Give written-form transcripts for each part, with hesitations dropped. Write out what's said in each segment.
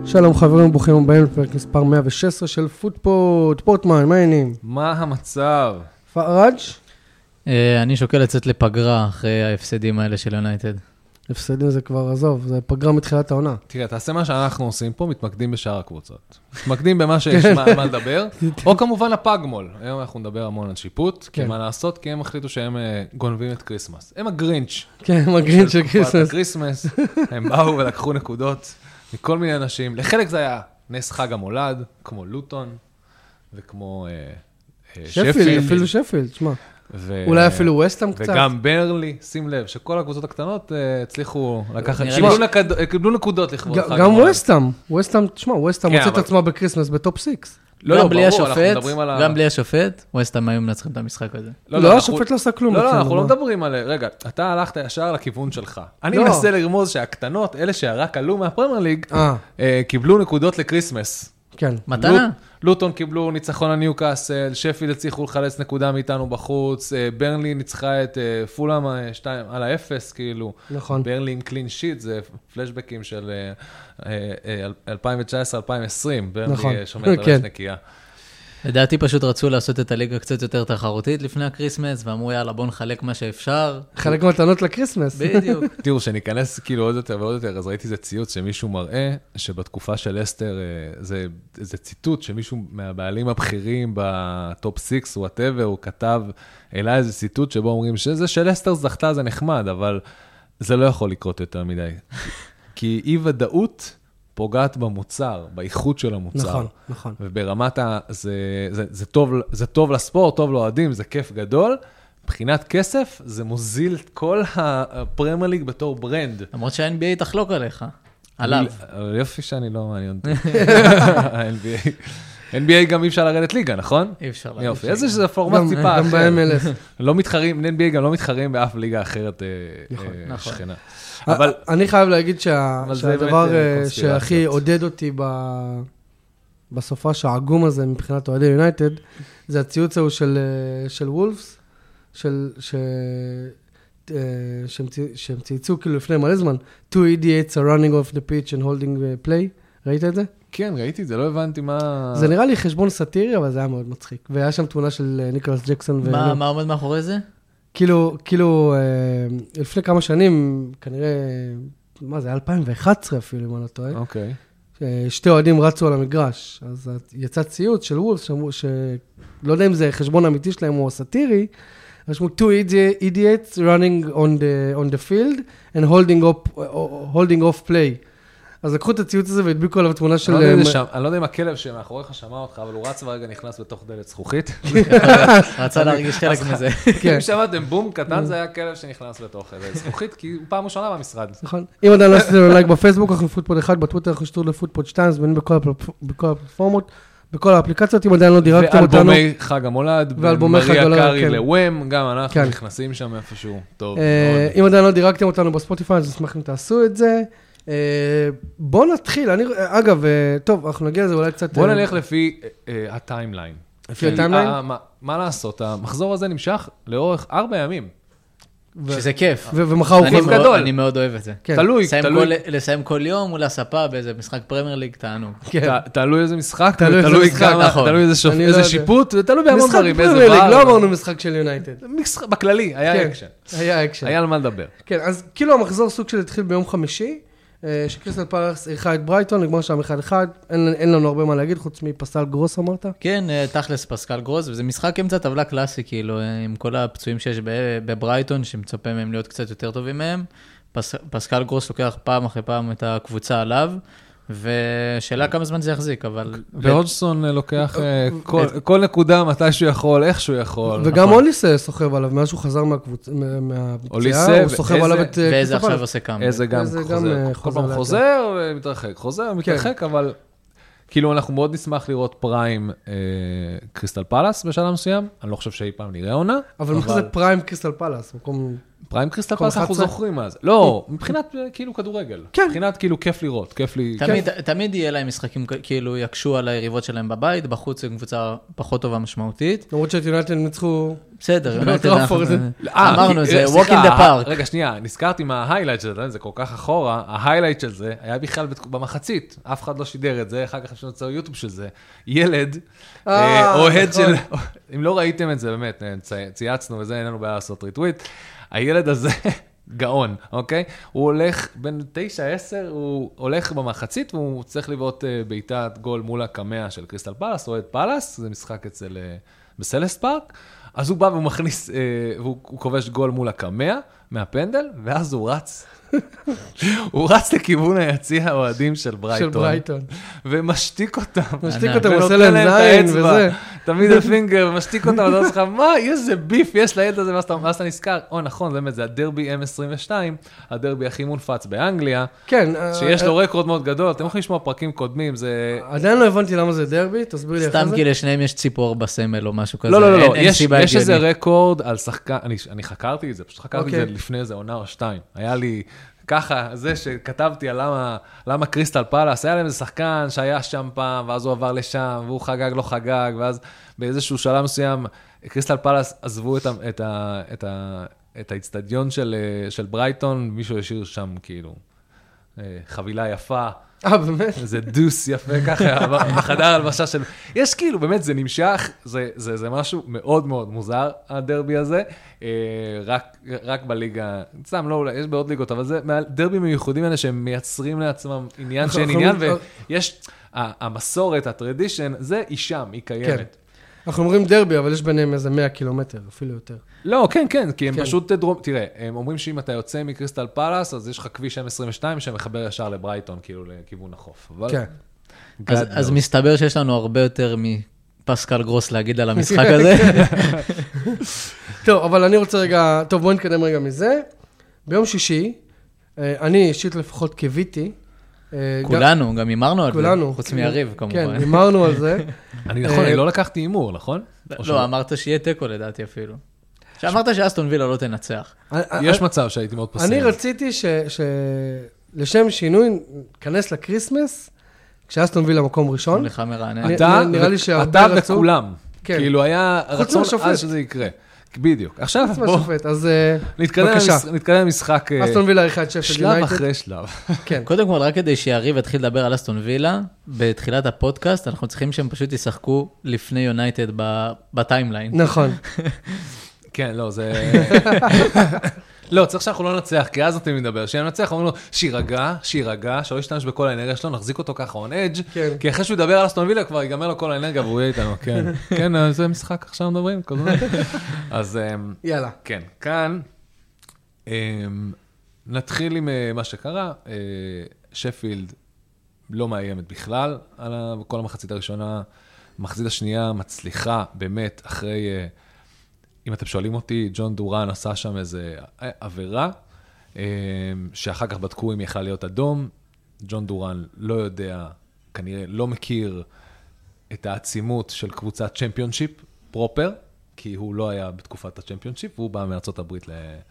שלום חברים, ברוכים הבאים לפרק מספר 116 של פוטפוט. פוטמן, מה העניינים? מה המצב? פארג'? אני שוקל לצאת לפגרה אחרי ההפסדים האלה של יונייטד. הפסדים זה כבר עזוב, זה פגרה מתחילת העונה. תראה, תעשה מה שאנחנו עושים פה, מתמקדים בשאר הקבוצות. מתמקדים במה שיש מה לדבר, או כמובן הפגמול. היום אנחנו נדבר המון על שיפוט, כי מה לעשות, כי הם החליטו שהם גונבים את קריסמס. הם הגרינץ'. כן, הם הגרינץ' של קריסמס. הם באו ולקחו נקודות מכל מיני אנשים. לחלק זה היה נס חג המולד, כמו לוטון, וכמו שפילד, אפילו שפילד, תשמע. אולי אפילו ווסטהאם קצת. וגם ברלי, שים לב, שכל הקבוצות הקטנות הצליחו לקחת, קיבלו נקודות לכבוד חג. גם ווסטהאם, תשמע, ווסטהאם מוצאת עצמה בקריסמס בטופ 6. גם בלי השופט, ווסטהאם היו מנצחים את המשחק הזה. לא, השופט לא עשה כלום. לא, אנחנו לא מדברים על... רגע, אתה הלכת ישר לכיוון שלך. אני מנסה לרמוז שהקטנות, אלה שרק עלו מהפרמייר ליג, קיבלו נקודות לקריסמס. כן. מתנה? לוטון קיבלו ניצחון על ניוקאסל, שפילד הצליחו לחלץ נקודה מאיתנו בחוץ, ברנלי ניצחה את פולאם 2 על האפס, כאילו. נכון. ברנלי עם קלין שיט, זה פלשבקים של 2019-2020, ברנלי שומעת על נקייה. לדעתי פשוט רצו לעשות את הליגה קצת יותר תחרותית לפני הקריסמס, ואמרו יאללה בוא נחלק מה שאפשר. חלק מתנות לקריסמס. בדיוק. תראו, שניכנס כאילו עוד יותר ועוד יותר, אז ראיתי איזה ציוץ שמישהו מראה, שבתקופה של אסטר, זה ציטוט שמישהו מהבעלים הבכירים בטופ 6, whatever, הוא כתב אליי איזה ציטוט שבו אומרים שזה של אסטר זכתה זה נחמד, אבל זה לא יכול לקרות יותר מדי. כי אי ודאות פוגעת במוצר, באיכות של המוצר. נכון, נכון. וברמת זה טוב לספורט, טוב לאוהדים, זה כיף גדול. מבחינת כסף, זה מוזיל את כל הפרמייר ליג בתור ברנד. למרות שה-NBA תחלוק עליך, עליו. יופי שאני לא מעניין. NBA גם אי אפשר לרדת ליגה, נכון? אי אפשר לרדת. יופי, איזה שזה פורמט טיפה אחר. גם ב-MLS. לא מתחרים, NBA גם לא מתחרים באף ליגה אחרת שכנה. אבל אני חייב להגיד שהדבר שהכי עודד אותי בסופה שהעגום הזה מבחינת אוהדי יונייטד, זה הציוץ ההוא של וולפס, שהם צייצו כאילו לפני מלא זמן, 2 idiots are running off the pitch and holding play, ראית את זה? כן, ראיתי את זה, לא הבנתי מה... זה נראה לי חשבון סאטירי, אבל זה היה מאוד מצחיק. והיה שם תמונה של ניקולס ג'קסון. מה עומד מאחורי זה? כאילו, לפני כמה שנים, כנראה, מה זה, 2011 אפילו, אם אני לא טועה. אוקיי. שתי אוהדים רצו על המגרש. אז יצא ציוץ של וולף, שאמרו שלא יודע אם זה חשבון אמיתי שלהם או סאטירי, רשמו 2 idiots running on the field and holding off play. אז לקחו את הציוץ הזה והדביקו עליו תמונה של... אני לא יודע אם הכלב שמאחוריך שמע אותך, אבל הוא רץ ורגע נכנס בתוך דלת זכוכית. רצה להרגיש חלק מזה. אם שמעתם בום קטן, זה היה כלב שנכנס לתוך דלת זכוכית, כי הוא פעם ראשונה במשרד. נכון. אם עדיין לא עשיתם לייק בפייסבוק, אנחנו פוטפוד 1, בטוויטר אנחנו שתור לפוטפוד 2, זמינים בכל הפלטפורמות, בכל האפליקציות, אם עדיין לא דירקתם אותנו. ואלבומי חג המולד, ומריה קארי לוואם, גם אנחנו נכנסים שם איפשהו. טוב. אם עדיין לא דירקתם אותנו בספוטיפיי, אז נשמח אם תעשו את זה. בוא נתחיל, אגב, טוב, אנחנו נגיע לזה אולי קצת... בוא נלך לפי הטיימליין. לפי הטיימליין? מה לעשות? המחזור הזה נמשך לאורך 4 ימים. שזה כיף. ומחר הוא חוזר. גדול. אני מאוד אוהב את זה. תלוי. לסיים כל יום מול הספה באיזה משחק פרמייר ליג, תענוג. תלוי איזה משחק, תלוי איזה שיפוט, ותלוי בהמון דברים. משחק פרמייר ליג, לא אמרנו משחק של יונייטד. בכללי, היה אקשן. היה אקשן. היה על מה לדבר. כן, אז כאילו המחזור סוג של התחיל ביום חמישי, שקריסטל פלאס אירחה את ברייטון, נגמר שם 1-1, אין לנו הרבה מה להגיד, חוץ מפסקל גרוס אמרת? כן, תכלס פסקל גרוס, וזה משחק אמצע טבלה קלאסי, כאילו, עם כל הפצועים שיש בברייטון, שמצפה מהם להיות קצת יותר טובים מהם, פסקל גרוס לוקח פעם אחרי פעם את הקבוצה עליו, ושאלה כמה זמן זה יחזיק, אבל... והודגסון לוקח כל נקודה מתי שהוא יכול, איך שהוא יכול. וגם אוליס סוחב עליו, מאז שהוא חזר מהפציעה, הוא סוחב עליו את... ואיזה עכשיו עושה כמה. איזה גם חוזר. כל פעם חוזר ומתרחק, אבל כאילו אנחנו מאוד נשמח לראות פריים קריסטל פלאס בשלב מסוים, אני לא חושב שאי פעם נראה עונה. אבל מה זה פריים קריסטל פלאס? פריים קריסטל פלאס אנחנו זוכרים מה זה. לא, מבחינת כאילו כדורגל. כן. מבחינת כאילו כיף לראות, כיף לי... תמיד יהיה להם משחקים כאילו יקשו על היריבות שלהם בבית, בחוץ הם קבוצה פחות טובה משמעותית. למרות שאת יונייטד ניצחו... בסדר, יונייטד אמרנו, זה walk in the park. רגע, שנייה, נזכרתי מה ההיילייט של זה, זה כל כך אחורה, ההיילייט של זה היה בכלל במחצית, אף אחד לא שידר את זה, אחר כך אפשר לצייר יוטיוב של זה, ילד, אוהד של... אם לא ראיתם את זה, באמת, צייצנו וזה, אין לנו בעיה לעשות ריטוויט, הילד הזה גאון, אוקיי? הוא הולך בין 9-10, הוא הולך במחצית, והוא צריך לבעוט בעיטת גול מול הקמע של קריסטל פלאס, אוהד פלאס, זה משחק אצל בסלסט פארק, אז הוא בא והוא מכניס, והוא כובש גול מול הקמע, מהפנדל, ואז הוא רץ. הוא רץ לכיוון היציע האוהדים של ברייטון. ומשתיק אותם. משתיק אותם, עושה להם זין וזה. תמיד הפינגר, משתיק אותם, ואתה עושה לך, מה, איזה ביף יש לילד הזה, ואז אתה נזכר, נכון, באמת, זה הדרבי M22, הדרבי הכי מונפץ באנגליה, כן. שיש לו רקורד מאוד גדול, אתם יכולים לשמוע פרקים קודמים, זה... עדיין לא הבנתי למה זה דרבי, תסביר לי איך זה. סתם כי לשניהם יש ציפור בסמל או משהו כזה. לא, יש איזה רקורד על שחקן, אני חקרתי את זה, פשוט חקרתי את זה לפני איזה עונה או שתיים. היה לי ככה, זה שכתבתי על למה קריסטל פלאס, היה להם איזה שחקן שהיה שם פעם, ואז הוא עבר לשם, והוא חגג, לא חגג, ואז באיזשהו שלב מסוים, קריסטל פלאס עזבו את האצטדיון של ברייטון, מישהו השאיר שם כאילו חבילה יפה, באמת? זה דוס יפה ככה, בחדר הלבשה של... יש כאילו, באמת, זה נמשך, זה משהו מאוד מאוד מוזר, הדרבי הזה, רק בליגה, סתם, לא אולי, יש בעוד ליגות, אבל זה דרבים מיוחדים האלה שהם מייצרים לעצמם עניין שאין עניין, ויש, המסורת, הטרדישן, זה היא שם, היא קיימת. אנחנו אומרים דרבי, אבל יש ביניהם איזה 100 קילומטר, אפילו יותר. לא, כן, כי הם פשוט תראה, הם אומרים שאם אתה יוצא מקריסטל פלאס, אז יש לך כביש M22 שמחבר ישר לברייטון, כאילו לכיוון החוף. כן. אז מסתבר שיש לנו הרבה יותר מפסקל גרוס להגיד על המשחק הזה. טוב, אבל אני רוצה רגע, טוב, בואו נתקדם רגע מזה. ביום שישי, אני אישית לפחות קיוויתי, כולנו, גם הימרנו על זה, כולנו. חוץ מיריב כמובן. כן, הימרנו על זה. אני לא לקחתי הימור, נכון? לא, אמרת שיהיה טקו לדעתי אפילו. שאמרת שאסטון וילה לא תנצח. יש מצב שהייתי מאוד פסימי. אני רציתי שלשם שינוי, כנס לקריסמס, כשאסטון וילה מקום ראשון. לך מרענן. נראה לי שהרבה אתה רצו. וכולם. כאילו היה רצון אז שזה יקרה. בדיוק. עכשיו בוא, אז נתקדם למשחק. אסטון וילה אחד שפילד יונייטד. שלב אחרי שלב. כן. קודם כל, רק כדי שיריב יתחיל לדבר על אסטון וילה, בתחילת הפודקאסט, אנחנו צריכים שהם פשוט ישחקו לפני יונייטד בטיימליין. נכון. כן, לא, זה... לא, צריך שאנחנו לא נצח, כי אז אתם מדבר. כשנצח, אומרים לו, שירגע, שלא ישתמש בכל האנרגיה שלו, נחזיק אותו ככה on edge, כי אחרי שהוא ידבר על אסטון וילה, כבר ייגמר לו כל האנרגיה, והוא יהיה איתנו, כן. כן, זה משחק עכשיו מדברים, כל הזמן. אז... יאללה. כן, כאן נתחיל עם מה שקרה. שפילד לא מאיימת בכלל על כל המחצית הראשונה. המחצית השנייה מצליחה באמת אחרי... אם אתם שואלים אותי, ג'ון דורן עשה שם איזה עבירה, שאחר כך בדקו אם יכל להיות אדום. ג'ון דורן לא יודע, כנראה לא מכיר את העצימות של קבוצת צ'מפיונשיפ פרופר, כי הוא לא היה בתקופת הצ'מפיונשיפ, והוא בא מארצות הברית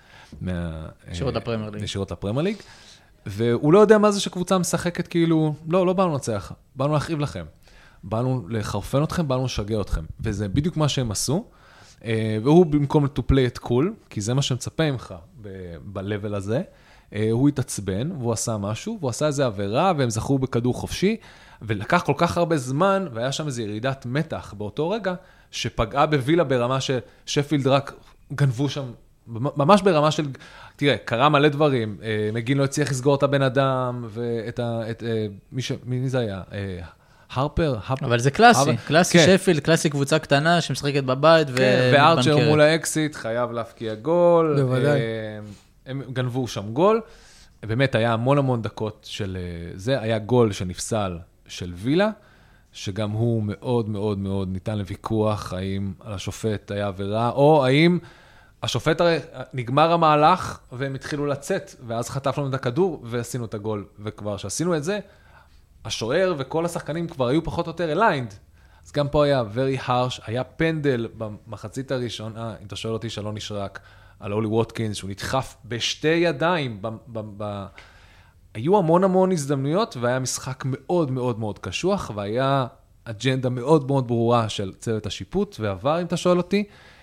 ישירות לפרמייר ליג, והוא לא יודע מה זה שקבוצה משחקת כאילו, לא באנו לנצח, באנו להכאיב לכם, באנו לחרפן אתכם, באנו לשגע אתכם, וזה בדיוק מה שהם עשו, והוא במקום to play it cool, כי זה מה שמצפה ממך ב-level הזה, הוא התעצבן, והוא עשה משהו, והוא עשה איזו עבירה, והם זכו בכדור חופשי, ולקח כל כך הרבה זמן, והיה שם איזו ירידת מתח באותו רגע, שפגעה בווילה ברמה ששפילד רק גנבו שם, ממש ברמה של, תראה, קרה מלא דברים, מגין לא הצליח לסגור את הבן אדם, מי זה היה? הרפר. אבל זה קלאסי, קלאסי שפילד, קלאסי קבוצה קטנה שמשחקת בבית וארצ'ר מול האקסיט חייב להפקיע גול. בוודאי. הם גנבו שם גול. באמת היה המון דקות של זה, היה גול שנפסל של וילה, שגם הוא מאוד מאוד מאוד ניתן לוויכוח, האם על השופט היה עבירה, או האם השופט הרי נגמר המהלך, והם התחילו לצאת, ואז חטף לנו את הכדור, ועשינו את הגול. וכבר שעשינו את זה, השוער וכל השחקנים כבר היו פחות או יותר aligned. אז גם פה היה very harsh, היה פנדל במחצית הראשונה, אם אתה שואל אותי שלא נשרק, על אולי ווטקינס, שהוא נדחף בשתי ידיים. היו המון הזדמנויות, והיה משחק מאוד מאוד מאוד קשוח, והיה אג'נדה מאוד מאוד ברורה של צוות השיפוט, ועבר, אם אתה שואל אותי.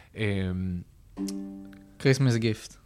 קריסמס גיפט.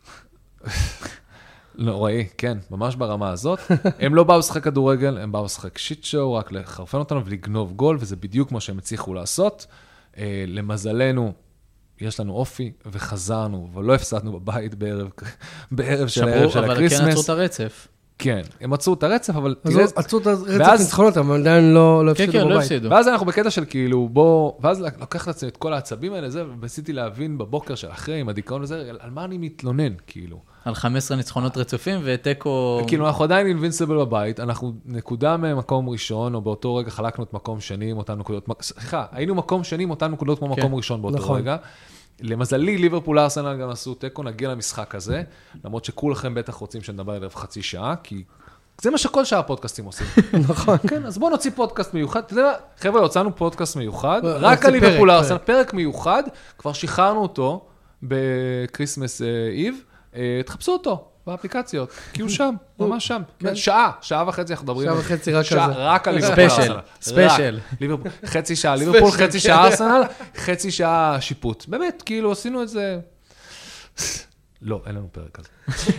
נוראי, כן, ממש ברמה הזאת. הם לא באו לשחק כדורגל, הם באו לשחק שיט שואו, רק לחרפן אותנו ולגנוב גול, וזה בדיוק מה שהם הצליחו לעשות. למזלנו, יש לנו אופי, וחזרנו, ולא הפסדנו בבית בערב של הערב של הקריסמס. אבל כן עצרו את הרצף. כן, הם עצרו את הרצף, אבל... אז עצרו את הרצף ניצחונות, אבל עדיין לא הפסידו בבית. כן, לא הפסידו. ואז אנחנו בקטע של כאילו, ואז לקח לעצמי את כל העצבים האלה, וניסיתי להבין בבוקר של אחרי, עם הדיכאון וזה, על מה אני מתלונן, כאילו. על 15 ניצחונות רצופים, וטקו... כאילו, אנחנו עדיין אינבינסיבל בבית, אנחנו נקודה ממקום ראשון, או באותו רגע חלקנו את מקום שני עם אותן נקודות... סליחה, היינו מקום שני עם אותן נקודות כמו מקום ראשון באותו רגע. למזלי, ליברפול ארסנל גם עשו טקו, נגיע למשחק הזה, למרות שכולכם בטח רוצים שנדבר עליו חצי שעה, כי זה מה שכל שאר הפודקאסטים עושים. נכון. כן, אז בואו נוציא פודקאסט מיוחד. חבר'ה, הוצאנו פודקאסט מיוחד, רק על ליברפול ארסנל, פרק מיוחד, כבר שחררנו אותו בקריסמס איב, תחפשו אותו באפליקציות, כי הוא שם, ממש שם. שעה וחצי אנחנו מדברים. שעה וחצי רק על זה. רק על ליברפול ארסנל. ספיישל. חצי שעה ליברפול, חצי שעה ארסנל, חצי שעה שיפוט. באמת, כאילו עשינו את זה... לא, אין לנו פרק כזה.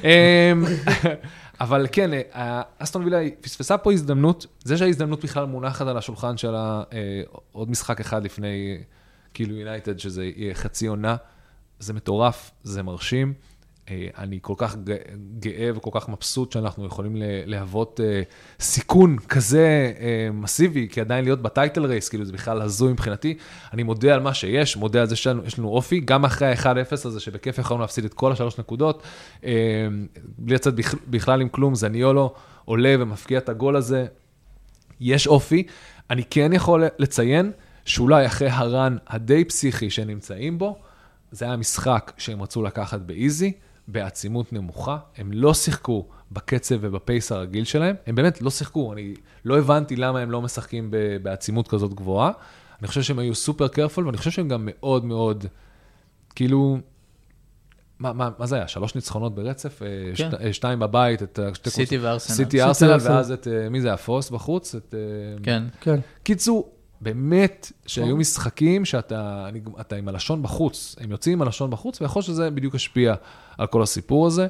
אבל כן, אסטון וילה פספסה פה הזדמנות, זה שההזדמנות בכלל מונחת על השולחן שלה, עוד משחק אחד לפני, כאילו יונייטד, שזה יהיה חצי עונה, זה מטורף, זה מרשים. אני כל כך גאה וכל כך מבסוט שאנחנו יכולים להוות סיכון כזה מסיבי, כי עדיין להיות בטייטל רייס, כאילו זה בכלל הזוי מבחינתי. אני מודה על מה שיש, מודה על זה שיש לנו אופי, גם אחרי ה-1-0 הזה שבכיף יכולנו להפסיד את כל 3 נקודות, בלי לצאת בכלל עם כלום, זניולו עולה ומפקיע את הגול הזה. יש אופי. אני כן יכול לציין שאולי אחרי הרן הדי פסיכי שנמצאים בו, זה היה משחק שהם רצו לקחת באיזי, בעצימות נמוכה, הם לא שיחקו בקצב ובפייס הרגיל שלהם, הם באמת לא שיחקו, אני לא הבנתי למה הם לא משחקים בעצימות כזאת גבוהה, אני חושב שהם היו סופר קרפול, ואני חושב שהם גם מאוד מאוד, כאילו, מה זה היה? 3 ניצחונות ברצף, 2 בבית, סיטי וארסנל. סיטי ארסנל, ואז את, מי זה, הפוס בחוץ? כן. קיצור, באמת שהיו משחקים שאתה עם הלשון בחוץ, הם יוצאים עם הלשון בחוץ, ויכול שזה בדיוק השפיע על כל הסיפור הזה.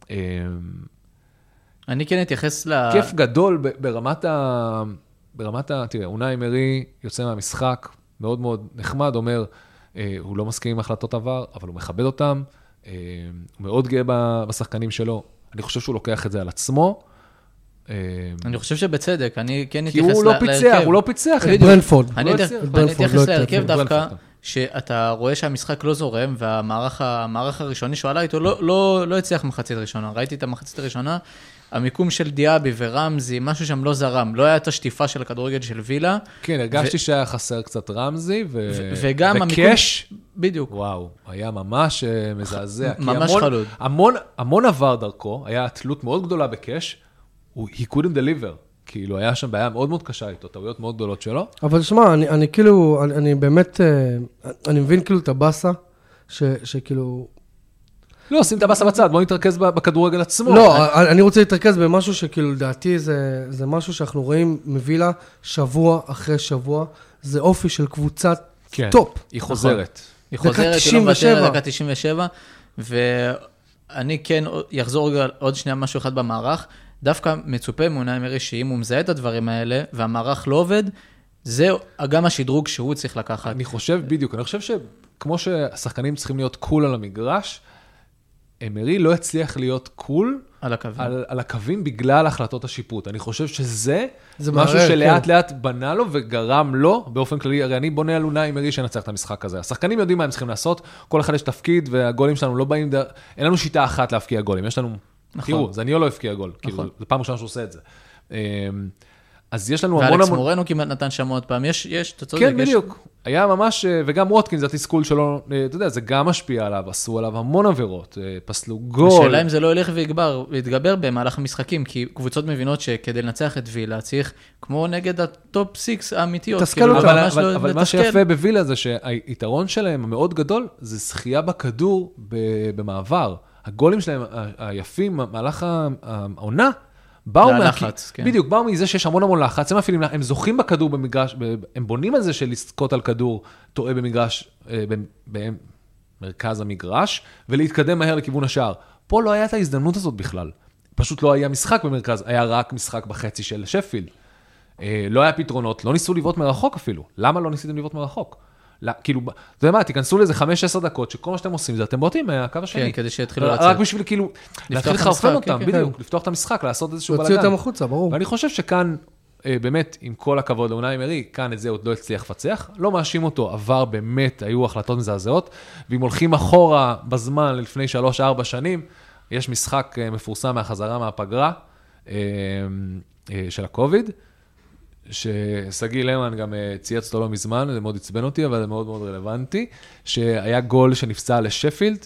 אני כן אתייחס כיף גדול ברמת תראה, אונאי אמרי יוצא מהמשחק, מאוד מאוד נחמד, אומר, הוא לא מסכים עם החלטות עבר, אבל הוא מכבד אותם, הוא מאוד גאה בשחקנים שלו, אני חושב שהוא לוקח את זה על עצמו, אני חושב שבצדק, אני כן כי אתייחס להרכב. הוא לא פיצח את ברנפורד. אני אתייחס להרכב דווקא, שאתה רואה שהמשחק לא זורם, והמערך הראשוני שהוא עלה איתו לא הצליח מחצית ראשונה. ראיתי את המחצית הראשונה, המיקום של דיאבי ורמזי, משהו שם לא זרם, לא היה את השטיפה של הכדורגל של וילה. כן, הרגשתי שהיה חסר קצת רמזי, וגם וקש, בדיוק. וואו, היה ממש מזעזע. ממש חלוד. המון עבר דרכו, היה תלות מאוד גדולה בקש, he couldn't deliver, כאילו היה שם בעיה מאוד מאוד קשה איתו, טעויות מאוד גדולות שלו. אבל תשמע, אני כאילו, אני באמת, אני מבין כאילו את הבאסה, שכאילו... לא, שים את הבאסה בצד, בוא נתרכז בכדורגל עצמו. לא, אני רוצה להתרכז במשהו שכאילו, לדעתי זה משהו שאנחנו רואים מווילה שבוע אחרי שבוע, זה אופי של קבוצת טופ. היא חוזרת. היא חוזרת, היא לא מוותרת, דקה 97, ואני כן יחזור עוד שנייה משהו אחד במערך, דווקא מצופה מאונאי אמרי שאם הוא מזהה את הדברים האלה, והמערך לא עובד, זה גם השדרוג שהוא צריך לקחת. אני חושב בדיוק, אני חושב שכמו שהשחקנים צריכים להיות קול על המגרש, אמרי לא הצליח להיות קול על הקווים בגלל החלטות השיפוט. אני חושב שזה משהו שלאט לאט בנה לו וגרם לו, באופן כללי, הרי אני בונה על אונאי אמרי שנצח את המשחק הזה. השחקנים יודעים מה הם צריכים לעשות, כל אחד יש תפקיד, והגולים שלנו לא באים, אין לנו שיטה אחת להפקיע גולים, יש לנו... תראו, זניולו לא הפקיע גול, כאילו, זה פעם ראשונה שהוא עושה את זה. אז יש לנו המון... ואלכס מורנו כמעט נתן שם עוד פעם, יש, אתה צודק. כן, בדיוק. היה ממש, וגם ווטקינס, התסכול שלו, אתה יודע, זה גם משפיע עליו, עשו עליו המון עבירות, פסלו גול. השאלה אם זה לא ילך ויתגבר במהלך המשחקים, כי קבוצות מבינות שכדי לנצח את וילה צריך, כמו נגד הטופ 6 האמיתיות. תסכל אותם. אבל מה שיפה בווילה זה שהיתרון שלהם המאוד גדול, זה זכייה בכדור במעבר. הגולים שלהם היפים, מהלך העונה, באו מהלחץ, כן. בדיוק, באו מזה שיש המון לחץ, הם זוכים בכדור במגרש, הם בונים על זה של לזכות על כדור טועה במגרש, במרכז המגרש, ולהתקדם מהר לכיוון השער. פה לא היה את ההזדמנות הזאת בכלל. פשוט לא היה משחק במרכז, היה רק משחק בחצי של שפילד. לא היה פתרונות, לא ניסו לבעוט מרחוק אפילו. למה לא ניסיתם לבעוט מרחוק? כאילו, אתה יודע מה, תיכנסו לאיזה 5-10 דקות, שכל מה שאתם עושים זה אתם בועטים מהקו השני. כן, כדי שיתחילו לצאת. רק בשביל כאילו, להתחיל לחרפן אותם, בדיוק, לפתוח את המשחק, לעשות איזשהו בלגן. להוציא אותם החוצה, ברור. ואני חושב שכאן, באמת, עם כל הכבוד לאונאי אמרי, כאן את זה עוד לא הצליח לפצח, לא מאשים אותו, עבר באמת, היו החלטות מזעזעות, ואם הולכים אחורה בזמן, לפני 3-4 שנים, יש משחק מפורסם מהחזרה מהפגרה, של הקוביד, שסגי למן גם צייץ אותו לא מזמן, זה מאוד עצבן אותי, אבל זה מאוד מאוד רלוונטי, שהיה גול שנפסע לשפילד,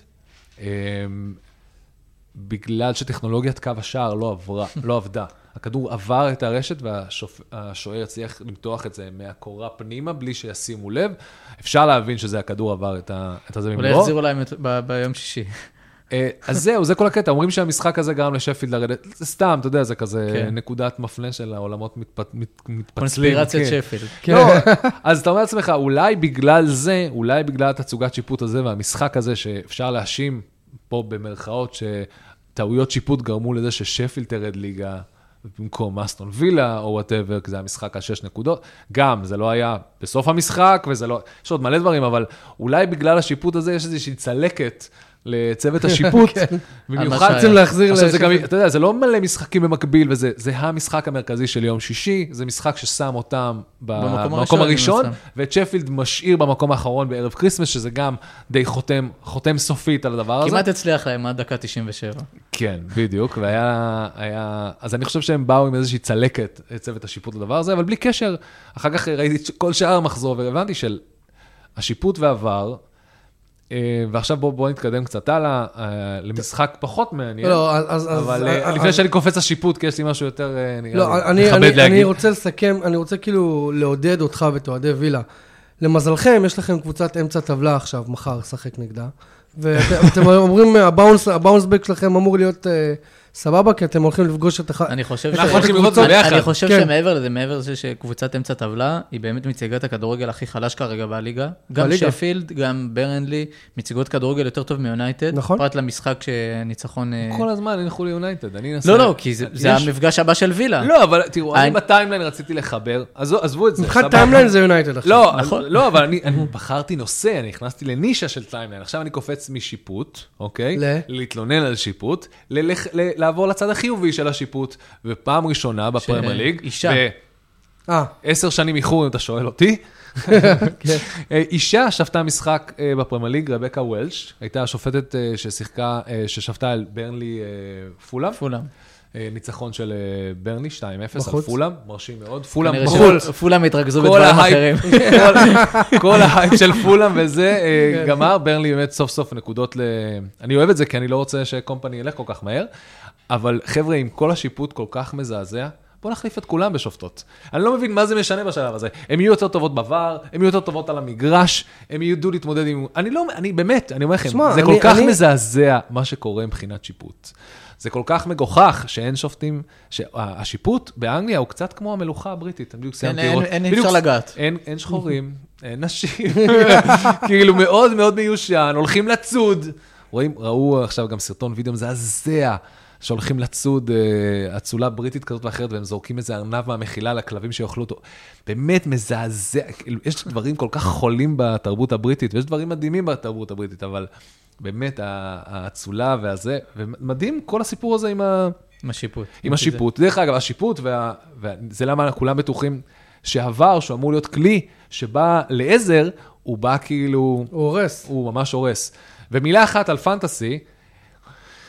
בגלל שטכנולוגיית קו השער לא עבדה. הכדור עבר את הרשת, והשוער הצליח למתוח את זה מהקורה פנימה, בלי שישימו לב. אפשר להבין שזה הכדור עבר את זה ממלוא. אולי יחזירו להם ביום שישי. אז זהו, זה כל הקטע. אומרים שהמשחק הזה גרם לשפילד לרדת. זה סתם, אתה יודע, זה כזה נקודת מפנה של העולמות מתפצלים. קונספירציית שפילד. לא, אז אתה אומר לעצמך, אולי בגלל זה, אולי בגלל התצוגת שיפוט הזה, והמשחק הזה שאפשר להאשים פה במרכאות, שטעויות שיפוט גרמו לזה ששפילד תרד ליגה, במקום אסטון וילה או whatever, כי זה המשחק על 6 נקודות. גם, זה לא היה בסוף המשחק, וזה לא, יש עוד מלא דברים, אבל אולי בגלל השיפוט הזה יש איזושהי צלקת לצוות השיפוט. במיוחד רוצים להחזיר לשפילד. אתה יודע, זה לא מלא משחקים במקביל, וזה המשחק המרכזי של יום שישי, זה משחק ששם אותם במקום הראשון, ואת שפילד משאיר במקום האחרון בערב קריסמס, שזה גם די חותם סופית על הדבר הזה. כמעט הצליח להם עד דקה 97. כן, בדיוק, אז אני חושב שהם באו עם איזושהי צלקת צוות השיפוט לדבר הזה, אבל בלי קשר, אחר כך ראיתי כל שאר המחזור, והבנתי של השיפוט ועבר, ועכשיו בואו נתקדם קצת הלאה, למשחק פחות מעניין, אבל לפני שאני קופץ השיפוט, כי יש לי משהו יותר מכבד להגיד. אני רוצה לסכם, אני רוצה כאילו לעודד אותך ותועדי וילה. למזלכם, יש לכם קבוצת אמצע טבלה עכשיו, מחר, שחק נגדה, ואתם אומרים, הבאונסבק שלכם אמור להיות סבבה, כי אתם הולכים לפגוש את אחד. אני חושב כן. שמעבר לזה, מעבר לזה שקבוצת אמצע טבלה, היא באמת מציגת הכדורגל הכי חלש כרגע בליגה. גם שפילד, גם ברנלי, מציגות כדורגל יותר טוב מיונייטד. נכון. פרט למשחק שניצחון... כל הזמן הלכו ליונייטד, לא, כי זה המפגש הבא של וילה. לא, אבל תראו, אני בטיימליין רציתי לחבר, עזבו את זה. מבחינת טיימליין זה יונייטד עכשיו. לא, אבל אני בחרתי נושא, אני הכנסתי לנישה של טיימליין. עכשיו אני קופץ משיפוט, אוקיי? להתלונן על שיפוט, לעבור לצד החיובי של השיפוט, ופעם ראשונה בפרמייר ליג, אישה. 10 שנים איחור, אם אתה שואל אותי, אישה שפטה משחק בפרמייר ליג, רבקה וולש, הייתה השופטת ששפטה על ברנלי פולאם. ניצחון של ברנלי, 2-0 על פולאם, מרשים מאוד. פולאם התרכזו בדברים אחרים. כל ההייפ של פולאם וזה גמר, ברנלי באמת סוף סוף נקודות אני אוהב את זה, כי אני לא רוצה שקומפני ילך כל כך מהר, אבל חבר'ה, עם כל השיפוט כל כך מזעזע, בואו נחליף את כולם בשופטות. אני לא מבין מה זה משנה בשלב הזה. הם יהיו יותר טובות בבר, הם יהיו יותר טובות על המגרש, הם ידעו להתמודד עם... אני באמת, אני אומר לכם, זה כל כך מזעזע מה שקורה מבחינת שיפוט. זה כל כך מגוחך שאין שופטים, שהשיפוט באנגליה הוא קצת כמו המלוכה הבריטית. אין אפשר לגעת. אין שחורים, אין נשים, כאילו מאוד מאוד מיושן, הולכים לצוד. ראו עכשיו גם סרטון וידאו מזעזע, שהולכים לצוד אצולה בריטית כזאת ואחרת, והם זורקים איזה ארנב מהמחילה לכלבים שיאכלו אותו. באמת מזעזע, יש דברים כל כך חולים בתרבות הבריטית, ויש דברים מדהימים בתרבות הבריטית, אבל באמת האצולה והזה, ומדהים כל הסיפור הזה עם השיפוט. עם השיפוט. דרך אגב, השיפוט, וזה למה כולם בטוחים שהעבר, שהוא אמור להיות כלי, שבא לעזר, הוא בא כאילו... הוא הורס. הוא ממש הורס. ומילה אחת על פנטסי,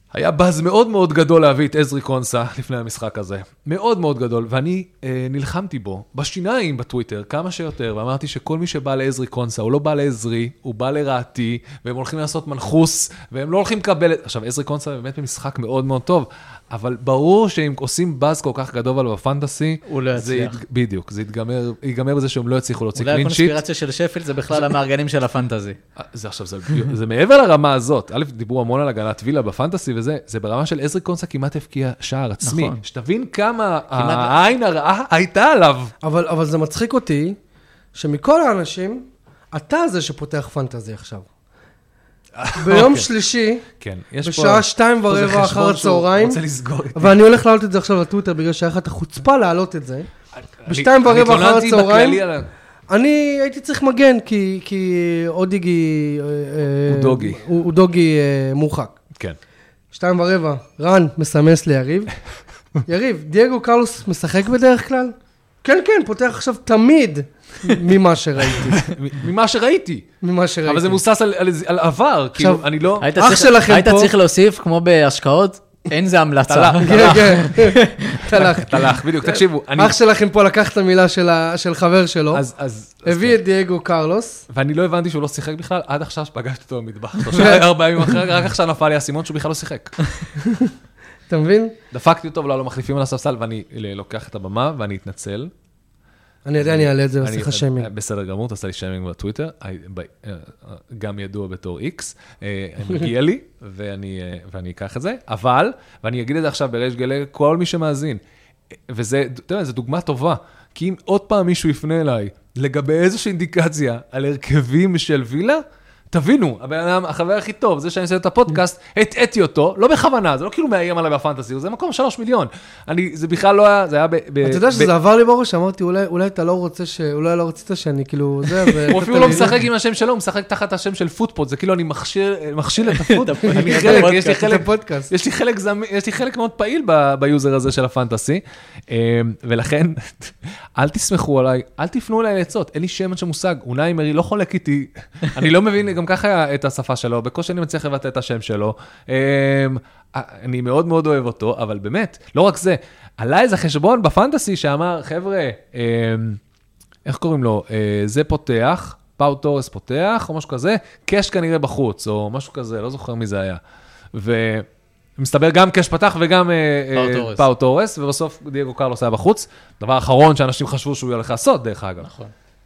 היה באז מאוד מאוד גדול להביא את עזרי קונסה לפני המשחק הזה. מאוד מאוד גדול, ואני נלחמתי בו בשיניים בטוויטר כמה שיותר, ואמרתי שכל מי שבא לעזרי קונסה, הוא לא בא לעזרי, הוא בא לרעתי, והם הולכים לעשות מנחוס, והם לא הולכים לקבל... עכשיו, עזרי קונסה באמת במשחק מאוד מאוד טוב, אבל ברור שאם עושים באז כל כך גדול על בפנטסי, הוא לא יצליח. בדיוק, זה ייגמר בזה שהם לא יצליחו להוציא קלין שיט. אולי הקונספירציה של שפילד זה בכלל המארגנים של הפנטזי. זה עכשיו, זה מעבר לרמה הזאת. א', דיברו המון על הגנת וילה בפנטסי וזה, זה ברמה של עזרי קונסה כמעט הפקיע שער עצמי. נכון. שתבין כמה העין הרעה הייתה עליו. אבל זה מצחיק אותי, שמכל האנשים, אתה זה שפותח פנטזי עכשיו. ביום שלישי, בשעה 2:15 אחר הצהריים, ואני הולך להעלות את זה עכשיו לטוויטר, בגלל שהיה לך את החוצפה להעלות את זה, ב2:15 אחר הצהריים, אני הייתי צריך מגן, כי אודיגי, הוא דוגי מורחק. כן. 2:15, רן מסמס ליריב, יריב, דייגו קרלוס משחק בדרך כלל? כן, כן, פותח עכשיו תמיד ממה שראיתי. ממה שראיתי. אבל זה מבוסס על עבר, כאילו, אני לא... אח שלכם פה... היית צריך להוסיף, כמו בהשקעות, אין זה המלצה. תלך, בדיוק, תקשיבו. אח שלכם פה לקח את המילה של חבר שלו, הביא את דייגו קרלוס. ואני לא הבנתי שהוא לא שיחק בכלל, עד עכשיו שפגשתי אותו במטבח. 4 ימים אחרי, רק עכשיו נפל לי הסימון שהוא בכלל לא שיחק. אתה מבין? דפקתי אותו ולא מחליפים על הספסל, ואני לוקח את הבמה ואני אתנצל. אני יודע, אני אעלה את זה ועושה לך שיימינג. בסדר גמור, תעשה לי שיימינג בטוויטר, גם ידוע בתור X, מגיע לי, ואני אקח את זה, אבל, ואני אגיד את זה עכשיו בריש גלי, כל מי שמאזין, וזה, אתה יודע, זו דוגמה טובה, כי אם עוד פעם מישהו יפנה אליי, לגבי איזושהי אינדיקציה על הרכבים של וילה, תבינו, החבר הכי טוב, זה שאני עושה את הפודקאסט, הטעתי אותו, לא בכוונה, זה לא כאילו מאיים עליי בפנטסי, זה מקום 3 מיליון. זה בכלל לא היה, זה היה אתה יודע שזה עבר לי בראש, אמרתי, אולי אתה לא רוצה אולי לא רצית שאני כאילו, זה... הוא אפילו לא משחק עם השם שלו, הוא משחק תחת השם של פוטפוד, זה כאילו אני מכשיל את הפוט, אני חלק, יש לי חלק מאוד פעיל ביוזר הזה של הפנטסי, ולכן, אל תסמכו עליי, אל תפנו אליי לעצות, אין לי שם שמושג, אולי מרי לא חולק איתי, אני לא מבין גם ככה את השפה שלו, בקושי אני מצליח לבטא את השם שלו, אני מאוד מאוד אוהב אותו, אבל באמת, לא רק זה, עלה איזה חשבון בפנטסי שאמר, חבר'ה, איך קוראים לו? זה פותח, פאו טורס פותח, או משהו כזה, קש כנראה בחוץ, או משהו כזה, לא זוכר מי זה היה. ומסתבר גם קש פתח וגם פאו טורס, ובסוף דייגו קרלוס היה בחוץ, דבר אחרון שאנשים חשבו שהוא ילך לעשות, דרך אגב. נכון.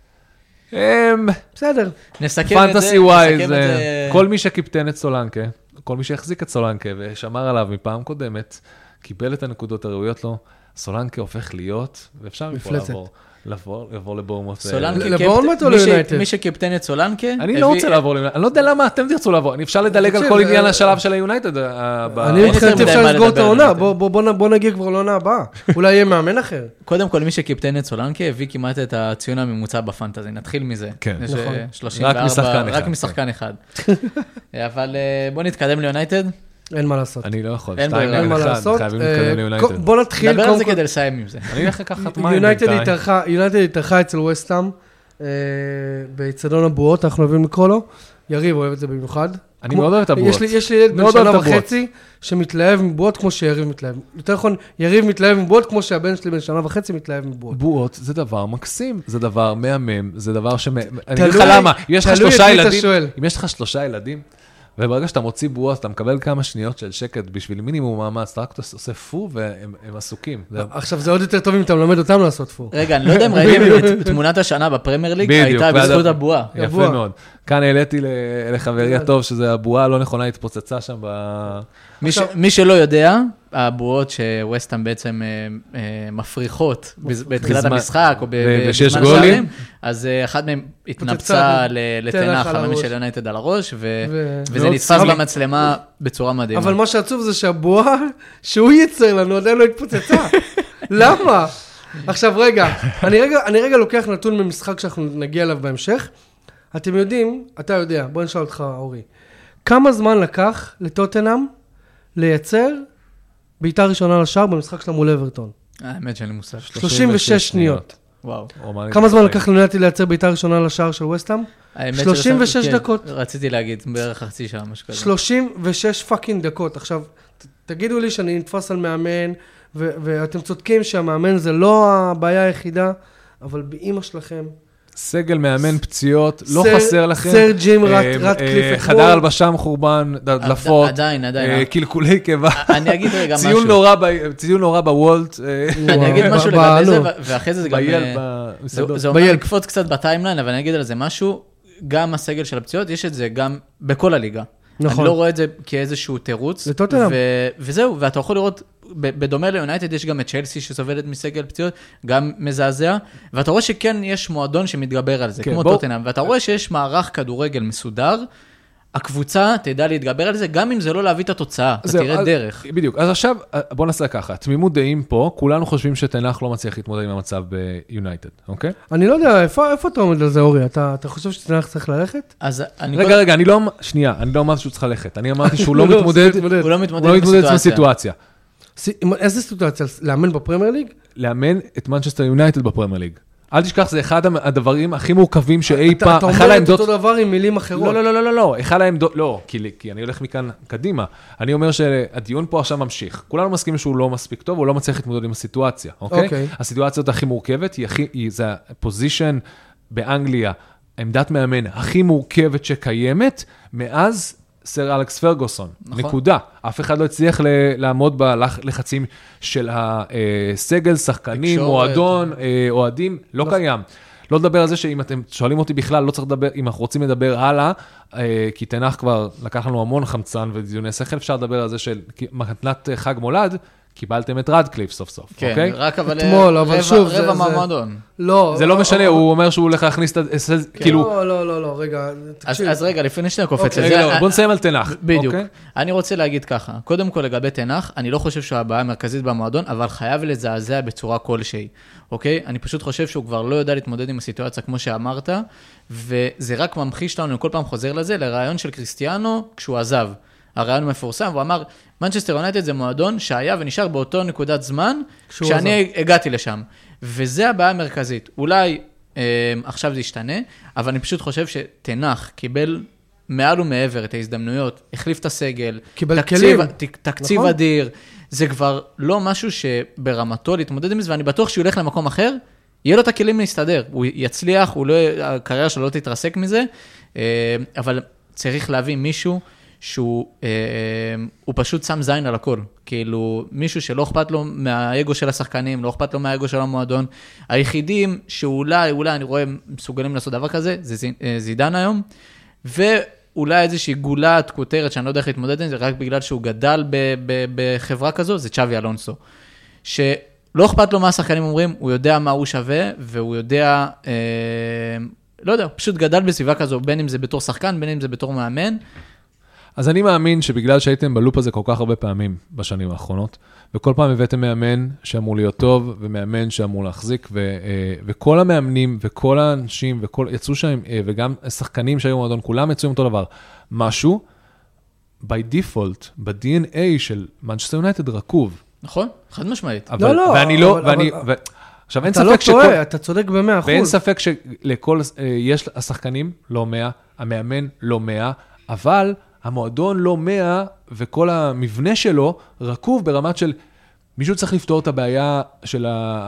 בסדר. פנטסי ווייז, כל מי שקיפטן את סולנקה, כל מי שהחזיק את סולנקה ושמר עליו מפעם קודמת, קיבל את הנקודות הראויות לו, סולנקה הופך להיות, ואפשר מפה לעבור לבורמוט. לבורמוט או ליונייטד? מי שקיפטן את סולנקה... אני לא רוצה לעבור ליונייטד, אני לא יודע למה אתם תרצו לעבור, אני אפשר לדלג על כל עניין השלב של היונייטד. אני מבחינתי אפשר לסגור את העונה, בוא נגיע כבר לעונה הבאה, אולי יהיה מאמן אחר. קודם כל, מי שקיפטן את סולנקה הביא כמעט את הציון הממוצע בפנטזי, נתחיל מזה. כן, נכון. 34, רק משחקן אחד. אבל בוא נתקדם ליונייטד. אין מה לעשות. אני לא יכול. אין מה לעשות. חייבים להתקדם ליונייטד. בוא נתחיל. נדבר על זה כדי לסיים עם זה. אני אלך לקחת מים. יונייטד התארחה אצל ווסטהאם, באצטדיון הבועות, אנחנו אוהבים לקרוא לו. יריב אוהב את זה במיוחד. אני מאוד אוהב את הבועות. יש לי ילד בן שנה וחצי, שמתלהב מבועות כמו שיריב מתלהב. יותר נכון, יריב מתלהב מבועות כמו שהבן שלי בן שנה וחצי מתלהב מבועות. בועות זה דבר מקסים, זה דבר מהמם, זה דבר אני אגיד לך למה, אם יש לך 3 ילדים, וברגע שאתה מוציא בועות, אתה מקבל כמה שניות של שקט בשביל מינימום מאמץ, אתה רק עושה פו והם עסוקים. עכשיו זה עוד יותר טוב אם אתה מלמד אותם לעשות פו. רגע, אני לא יודע אם ראיתם את תמונת השנה בפרמייר ליג, הייתה בזכות הבועה. יפה מאוד. כאן העליתי לחברי הטוב, שזה הבועה הלא נכונה התפוצצה שם מי שלא יודע, הבועות שווסטהאם בעצם מפריחות בתחילת המשחק, או בזמן שערים, אז אחד מהם התנפצה לתנח המאמין של יונייטד על הראש, וזה נתפס במצלמה בצורה מדהימה. אבל מה שעצוב זה שהבועה שהוא ייצר לנו עדיין לא התפוצצה. למה? עכשיו רגע, אני רגע לוקח נתון ממשחק שאנחנו נגיע אליו בהמשך. אתם יודעים, אתה יודע, בוא נשאל אותך אורי, כמה זמן לקח לטוטנהאם לייצר בעיטה ראשונה לשער במשחק שלה מול אברטון? האמת שאני מושג. 36 שניות. וואו. כמה זמן לקח ליונייטד לייצר בעיטה ראשונה לשער של וסטהאם? 36 דקות. רציתי להגיד, בערך חצי שעה, משהו כזה. 36 פאקינג דקות. עכשיו, תגידו לי שאני נתפס על מאמן, ואתם צודקים שהמאמן זה לא הבעיה היחידה, אבל באמא שלכם... סגל, מאמן, פציעות, לא חסר לכם. סר ג'ים רטקליף. חדר הלבשה חורבן, דלפות. עדיין. קלקולי קיבה. אני אגיד רגע משהו. ציון נורא בוולט. אני אגיד משהו לגבי זה, ואחרי זה גם... זה אומר לקפוץ קצת בטיימליין, אבל אני אגיד על זה משהו, גם הסגל של הפציעות, יש את זה גם בכל הליגה. נכון. אני לא רואה את זה כאיזשהו תירוץ. וזהו, ואתה יכול לראות, בדומה ליונייטד יש גם את צ'לסי שסובלת מסגל פציעות, גם מזעזע, ואתה רואה שכן יש מועדון שמתגבר על זה, כמו טוטנהאם, ואתה רואה שיש מערך כדורגל מסודר, הקבוצה תדע להתגבר על זה, גם אם זה לא להביא את התוצאה, אתה תראה דרך. בדיוק, אז עכשיו בוא נעשה ככה, תמימות דעים פה, כולנו חושבים שתנח לא מצליח להתמודד עם המצב ביונייטד, אוקיי? אני לא יודע, איפה אתה עומד על זה, אורי? אתה חושב שתנח צריך ללכת? רגע, אני לא אמרתי שהוא צריך ללכת, אני אמרתי שהוא לא מתמודד עם הסיטואציה. איזה סיטואציה? לאמן בפרמייר ליג? לאמן את מנצ'סטר יונייטד בפרמייר ליג. אל תשכח, זה אחד הדברים הכי מורכבים שאי פעם... אתה אומר את אותו דבר עם מילים אחרות. לא, אחד העמדות... לא, כי אני הולך מכאן קדימה. אני אומר שהדיון פה עכשיו ממשיך. כולנו מסכימים שהוא לא מספיק טוב, הוא לא מצליח להתמודד עם הסיטואציה, אוקיי? הסיטואציה הכי מורכבת, זה הפוזישן באנגליה, עמדת מאמן הכי מורכבת שקיימת, מאז סר אלכס פרגוסון, נקודה. אף אחד לא הצליח לעמוד בלחצים של הסגל, שחקנים, מועדון, אוהדים, לא קיים. לא לדבר על זה שאם אתם שואלים אותי בכלל, לא צריך לדבר, אם אנחנו רוצים לדבר הלאה, כי תנח כבר לקח לנו המון חמצן ודיוני שכל, אפשר לדבר על זה של מתנת חג מולד, קיבלתם את רדקליף סוף סוף, כן, רק אבל רבע מהמועדון. לא. זה לא משנה, הוא אומר שהוא הולך להכניס את כאילו... לא, רגע, תקשיב. אז רגע, לפני שאתה קופץ את זה... בוא נסיים על תנח. בדיוק. אני רוצה להגיד ככה, קודם כל לגבי תנח, אני לא חושב שהוא הבעיה המרכזית במועדון, אבל חייב לזעזע בצורה כלשהי, אוקיי? אני פשוט חושב שהוא כבר לא יודע להתמודד עם הסיטואציה כמו שאמרת, וזה רק ממחיש לנו, אני כל פעם חוזר לזה, לרעיון של קריסטיאנו כשהוא עזב. הרעיון מפורסם, והוא אמר, מנצ'סטר יונייטד זה מועדון שהיה ונשאר באותו נקודת זמן, כשאני הגעתי לשם. וזה הבעיה המרכזית. אולי עכשיו זה ישתנה, אבל אני פשוט חושב שתנח קיבל מעל ומעבר את ההזדמנויות, החליף את הסגל, קיבל כלים. תקציב אדיר, זה כבר לא משהו שברמתו להתמודד עם זה, ואני בטוח שהוא ילך למקום אחר, יהיה לו את הכלים להסתדר, הוא יצליח, הקריירה שלו לא תתרסק מזה, אבל צריך להביא מישהו שהוא פשוט שם זין על הכל, כאילו מישהו שלא אכפת לו מהאגו של השחקנים, לא אכפת לו מהאגו של המועדון, היחידים שאולי אני רואה מסוגלים לעשות דבר כזה, זה זידן היום, ואולי איזושהי גולת, כותרת שאני לא יודע איך להתמודד עם זה, רק בגלל שהוא גדל בחברה כזו, זה צ'אבי אלונסו, שלא אכפת לו מה השחקנים אומרים, הוא יודע מה הוא שווה, והוא יודע, לא יודע, פשוט גדל בסביבה כזו, בין אם זה בתור שחקן, בין אם זה בתור מאמן, אז אני מאמין שבגלל שהייתם בלופ הזה כל כך הרבה פעמים בשנים האחרונות, וכל פעם הבאתם מאמן שאמור להיות טוב, ומאמן שאמור להחזיק, וכל המאמנים וכל האנשים, יצאו שם, וגם שחקנים שהיו מועדון, כולם יצאו עם אותו דבר. משהו, by default, ב-DNA של מנצ'סטר יונייטד רקוב. נכון, חד משמעית. ואני לא, עכשיו אין ספק אתה צודק ב100%. ואין ספק שלכל, יש השחקנים לא 100, המאמן לא 100, אבל המועדון לא 100, וכל המבנה שלו רקוב ברמת של מישהו צריך לפתור את הבעיה של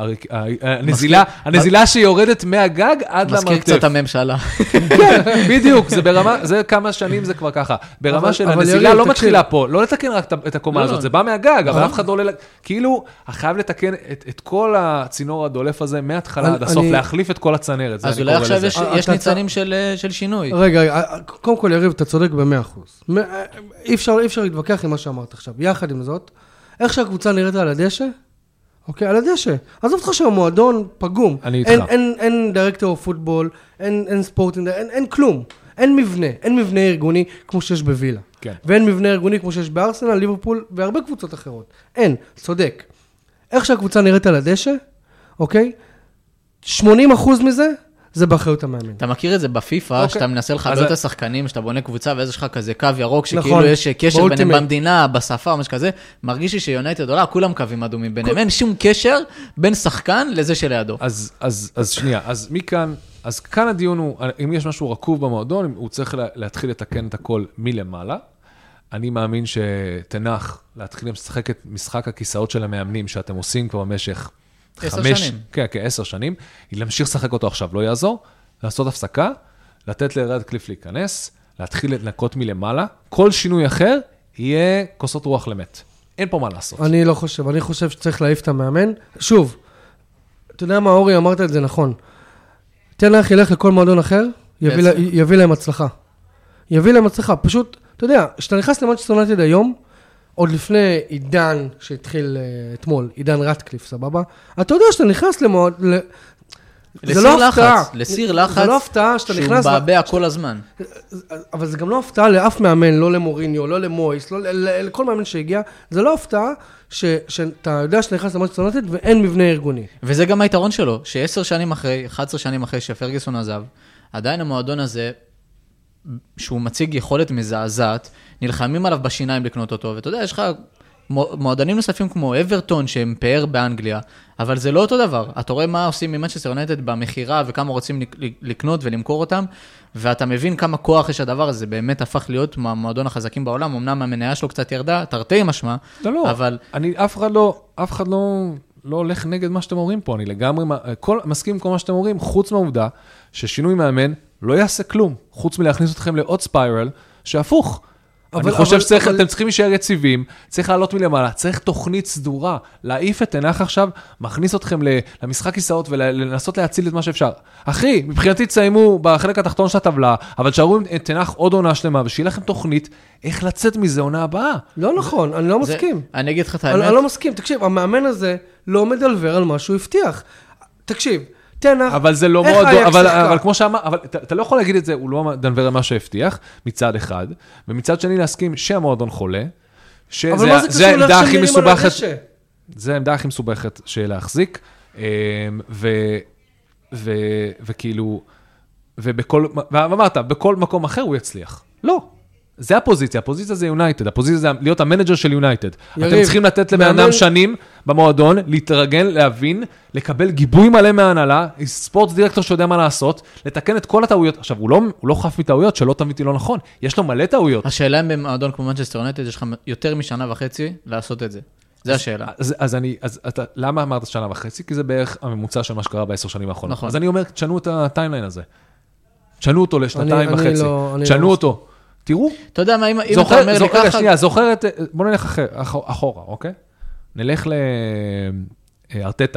הנזילה שיורדת מהגג עד למרתף. מזכיר קצת הממשלה. כן, בדיוק, זה ברמה, זה כמה שנים זה כבר ככה. ברמה של הנזילה לא מתחילה פה, לא לתקן רק את הקומה הזאת, זה בא מהגג, אבל אף אחד לא כאילו, חייב לתקן את כל הצינור הדולף הזה מההתחלה עד הסוף, להחליף את כל הצנרת. אז אולי עכשיו יש ניצנים של שינוי. רגע, קודם כל יריב, אתה צודק ב100%. אי אפשר להתווכח עם מה שאמרת עכשיו. יחד עם זאת, איך שהקבוצה נראית על הדשא? אוקיי, על הדשא. עזוב אותך שהמועדון פגום. אני איתך. אין דירקטור פוטבול, אין ספורטינג, אין כלום. אין מבנה ארגוני כמו שיש בווילה. כן. ואין מבנה ארגוני כמו שיש בארסנל, ליברפול והרבה קבוצות אחרות. אין, צודק. איך שהקבוצה נראית על הדשא, אוקיי? 80% מזה זה באחריות המאמן. אתה מכיר את זה בפיפה, שאתה מנסה לחבר את השחקנים, שאתה בונה קבוצה, ואז יש לך כזה קו ירוק, שכאילו יש קשר ביניהם במדינה, בשפה או משהו כזה, מרגיש לי שיונייטד עולה, כולם קווים אדומים ביניהם, אין שום קשר בין שחקן לזה שלידו. אז שנייה, אז מכאן, אז כאן הדיון הוא, אם יש משהו רכוב במועדון, הוא צריך להתחיל לתקן את הכל מלמעלה. אני מאמין שתנח להתחיל לשחק את משחק הכיסאות של המאמנים, שאתם עושים כבר במשך 10 שנים. כן, 10 שנים, להמשיך לשחק אותו עכשיו, לא יעזור, לעשות הפסקה, לתת לרדקליף להיכנס, להתחיל לנקות מלמעלה, כל שינוי אחר יהיה כוסות רוח למת. אין פה מה לעשות. אני לא חושב, אני חושב שצריך להעיף את המאמן. שוב, אתה יודע מה, אורי, אמרת את זה נכון. תנח ילך לכל מועדון אחר, יביא להם הצלחה. יביא להם הצלחה. פשוט, אתה יודע, כשאתה נכנס למנצ'סטר יונייטד היום, עוד לפני עידן שהתחיל אתמול, עידן רדקליף, סבבה? אתה יודע שאתה נכנס לסיר לחץ, שהוא מבעבע כל הזמן. אבל זה גם לא הפתעה לאף מאמן, לא למוריניו, לא למויס, לא לכל מאמן שהגיע, זה לא הפתעה שאתה יודע שאתה נכנס למנצ'סטר יונייטד ואין מבנה ארגוני. וזה גם היתרון שלו, ש10 שנים אחרי, 11 שנים אחרי שפרגוסון עזב, עדיין המועדון הזה, שהוא מציג יכולת מזעזעת, נלחמים עליו בשיניים לקנות אותו, ואתה יודע, יש לך מועדונים נוספים כמו אברטון, שהם פאר באנגליה, אבל זה לא אותו דבר. אתה רואה מה עושים ממנצ'סטר יונייטד במחירה, וכמה רוצים לקנות ולמכור אותם, ואתה מבין כמה כוח יש הדבר הזה, באמת הפך להיות מהמועדון החזקים בעולם, אמנם המניה שלו קצת ירדה, תרתי משמע, אבל... אף אחד לא הולך נגד מה שאתם אומרים פה, אני לגמרי מסכים עם כל מה שאתם אומרים, חוץ מהעובדה ששינוי מאמן לא יעשה כלום, חוץ מלהכניס אתכם לעוד ספיירל, שהפוך. אני חושב שאתם צריכים להישאר יציבים, צריך לעלות מלמעלה, צריך תוכנית סדורה, להעיף את תנח עכשיו, מכניס אתכם למשחק כיסאות ולנסות להציל את מה שאפשר. אחי, מבחינתי תסיימו בחלק התחתון של הטבלה, אבל תשארו את תנח עוד עונה שלמה, ושיהיה לכם תוכנית איך לצאת מזה עונה הבאה. לא נכון, אני לא מסכים. אני אגיד לך את האמת. אני לא מסכים, תקשיב, המאמן הזה לא מדלבר על מה שהוא הבטיח. תקשיב, תנח, אבל זה לא מאוד, אבל כמו שאמר, אבל אתה לא יכול להגיד את זה, הוא לא דנבר מה שהבטיח, מצד אחד, ומצד שני להסכים שהמועדון חולה, שזה העמדה הכי מסובכת, זה העמדה הכי מסובכת של להחזיק, וכאילו, ואמרת, בכל מקום אחר הוא יצליח. לא. זה הפוזיציה זה יונייטד, הפוזיציה זה להיות המנג'ר של יונייטד. אתם צריכים לתת לבן אדם שנים במועדון, להתרגל, להבין, לקבל גיבוי מלא מההנהלה, ספורט דירקטור שיודע מה לעשות, לתקן את כל הטעויות. עכשיו, הוא לא חף מטעויות, שלא תמיתי לא נכון. יש לו מלא טעויות. השאלה אם במועדון כמו מנצ'סטר יונייטד, יש לך יותר משנה וחצי לעשות את זה. זה השאלה. אז למה אמרת שנה וחצי? כי זה בערך הממוצע של מה שקרה ב10 שנים האחרונות. אז אני אומר, תשנו את הטיימליין הזה. תשנו אותו לשנתיים וחצי. תשנו אותו. תראו. אתה יודע מה, אם אתה אומר לי ככה... שנייה, זוכרת, בוא נלך אחורה, אוקיי? נלך לארטטה.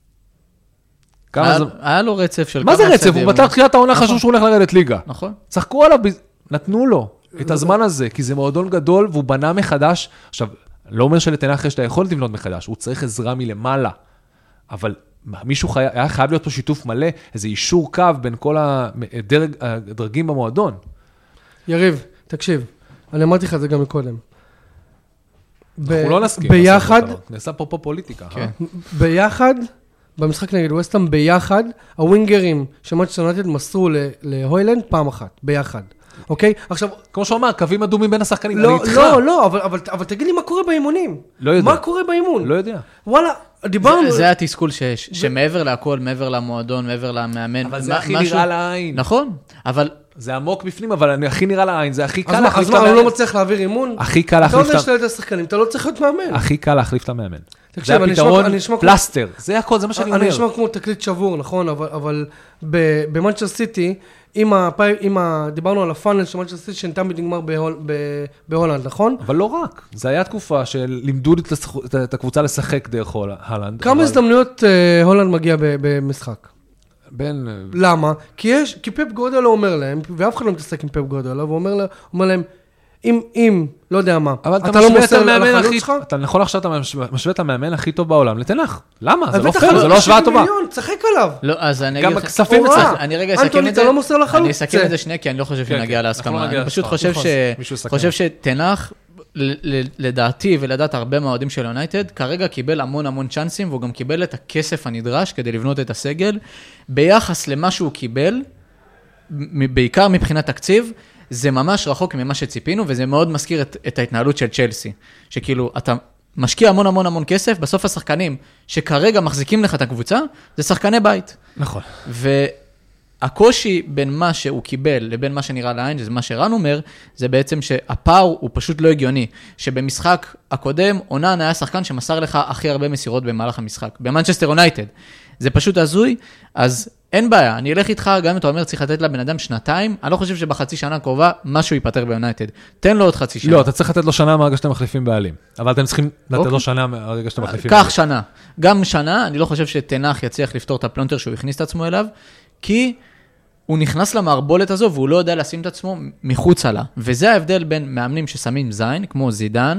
היה לו רצף של... מה זה רצף? הוא בתחילת תחילת העונה חשוב שהוא הולך לרדת ליגה. נכון. צחקו עליו, נתנו לו את הזמן הזה, כי זה מועדון גדול, והוא בנה מחדש. עכשיו, לא אומר שלתנח יש את היכולת לבנות מחדש, הוא צריך עזרה מלמעלה. אבל מישהו היה חייב להיות פה שיתוף מלא, איזה אישור קו בין כל הדרגים במועדון. יריב, תקשיב, אני אמרתי לך את זה גם מקודם. אנחנו לא נסכים. ביחד... נעשה פה פוליטיקה. ביחד, במשחק נגד ווסטהאם, ביחד, הווינגרים שמנצ'סטר יונייטד מסרו להוילנד פעם אחת, ביחד. אוקיי? עכשיו... כמו שהוא אמר, קווים אדומים בין השחקנים. לא, אבל תגיד לי מה קורה באימונים. לא יודע. מה קורה באימון? לא יודע. וואלה, דיברנו... זה התסכול שיש, שמעבר להכל, מעבר למועדון, מעבר למאמן... אבל זה הכי נראה לעין. נכון, אבל... זה עמוק בפנים, אבל הכי נראה לעין, זה הכי קל להחליף את המאמן. אז מה, הוא לא מצליח להעביר אימון? הכי קל להחליף את... אתה לא יודע שאתה השחקנים, אתה לא צריך להיות מאמן. הכי קל להחליף את המאמן. זה הפתרון פלסטר, זה הכל, זה מה שאני אומר. אני נשמע כמו תקליט שבור, נכון, אבל במנצ'סטר סיטי, דיברנו על הפאנל של מנצ'סטר סיטי, שתמיד נגמר בהולנד, נכון? אבל לא רק, זה היה תקופה של לימדו את הקבוצה לשחק דרך הולנד. כמה הזדמנויות הולנד מגיע במשחק? למה? כי פפ גוארדיולה אומר להם, ואף אחד לא מתעסק עם פפ גוארדיולה, והוא אומר להם, אם, לא יודע מה, אתה לא מוסר לחלוץ שלך? אתה נכון עכשיו, אתה משווה את המאמן הכי טוב בעולם לתנח. למה? זה לא פייר, זה לא השוואה טובה. צחק עליו. לא, אז אני גם הכספים צריך. אני רגע אסכם את זה. אני אסכם את זה שנייה, כי אני לא חושב שנגיע להסכמה. אני פשוט חושב שתנח, לדעתי ולדעת הרבה מהאוהדים של יונייטד, כרגע קיבל המון צ'אנסים, והוא גם קיבל את הכסף הנדרש כדי לבנות את הסגל, ביחס למה שהוא קיבל, בעיקר מבחינת תקציב, זה ממש רחוק ממה שציפינו, וזה מאוד מזכיר את ההתנהלות של צ'לסי, שכאילו אתה משקיע המון כסף, בסוף השחקנים שכרגע מחזיקים לך את הקבוצה, זה שחקני בית. נכון. הקושי בין מה שהוא קיבל לבין מה שנראה לעין, שזה מה שרן אומר, זה בעצם שהפער הוא פשוט לא הגיוני. שבמשחק הקודם, אונן היה שחקן שמסר לך הכי הרבה מסירות במהלך המשחק. במנצ'סטר יונייטד. זה פשוט הזוי, אז אין בעיה. אני אלך איתך, גם אם אתה אומר, צריך לתת לבן אדם שנתיים, אני לא חושב שבחצי שנה הקרובה משהו ייפטר ביונייטד. תן לו עוד חצי שנה. לא, אתה צריך לתת לו שנה מהרגע שאתם מחליפים בעלים. אבל אתם צריכים לתת לו שנה מהרגע שאתם מחליפים בעלים. כך שנה. גם שנה, אני לא חושב שתנח יצליח לפתור את הפלונטר שהוא הכניס את עצמו אליו, כי הוא נכנס למערבולת הזו, והוא לא יודע לשים את עצמו מחוץ לה. וזה ההבדל בין מאמנים ששמים זין, כמו זידן,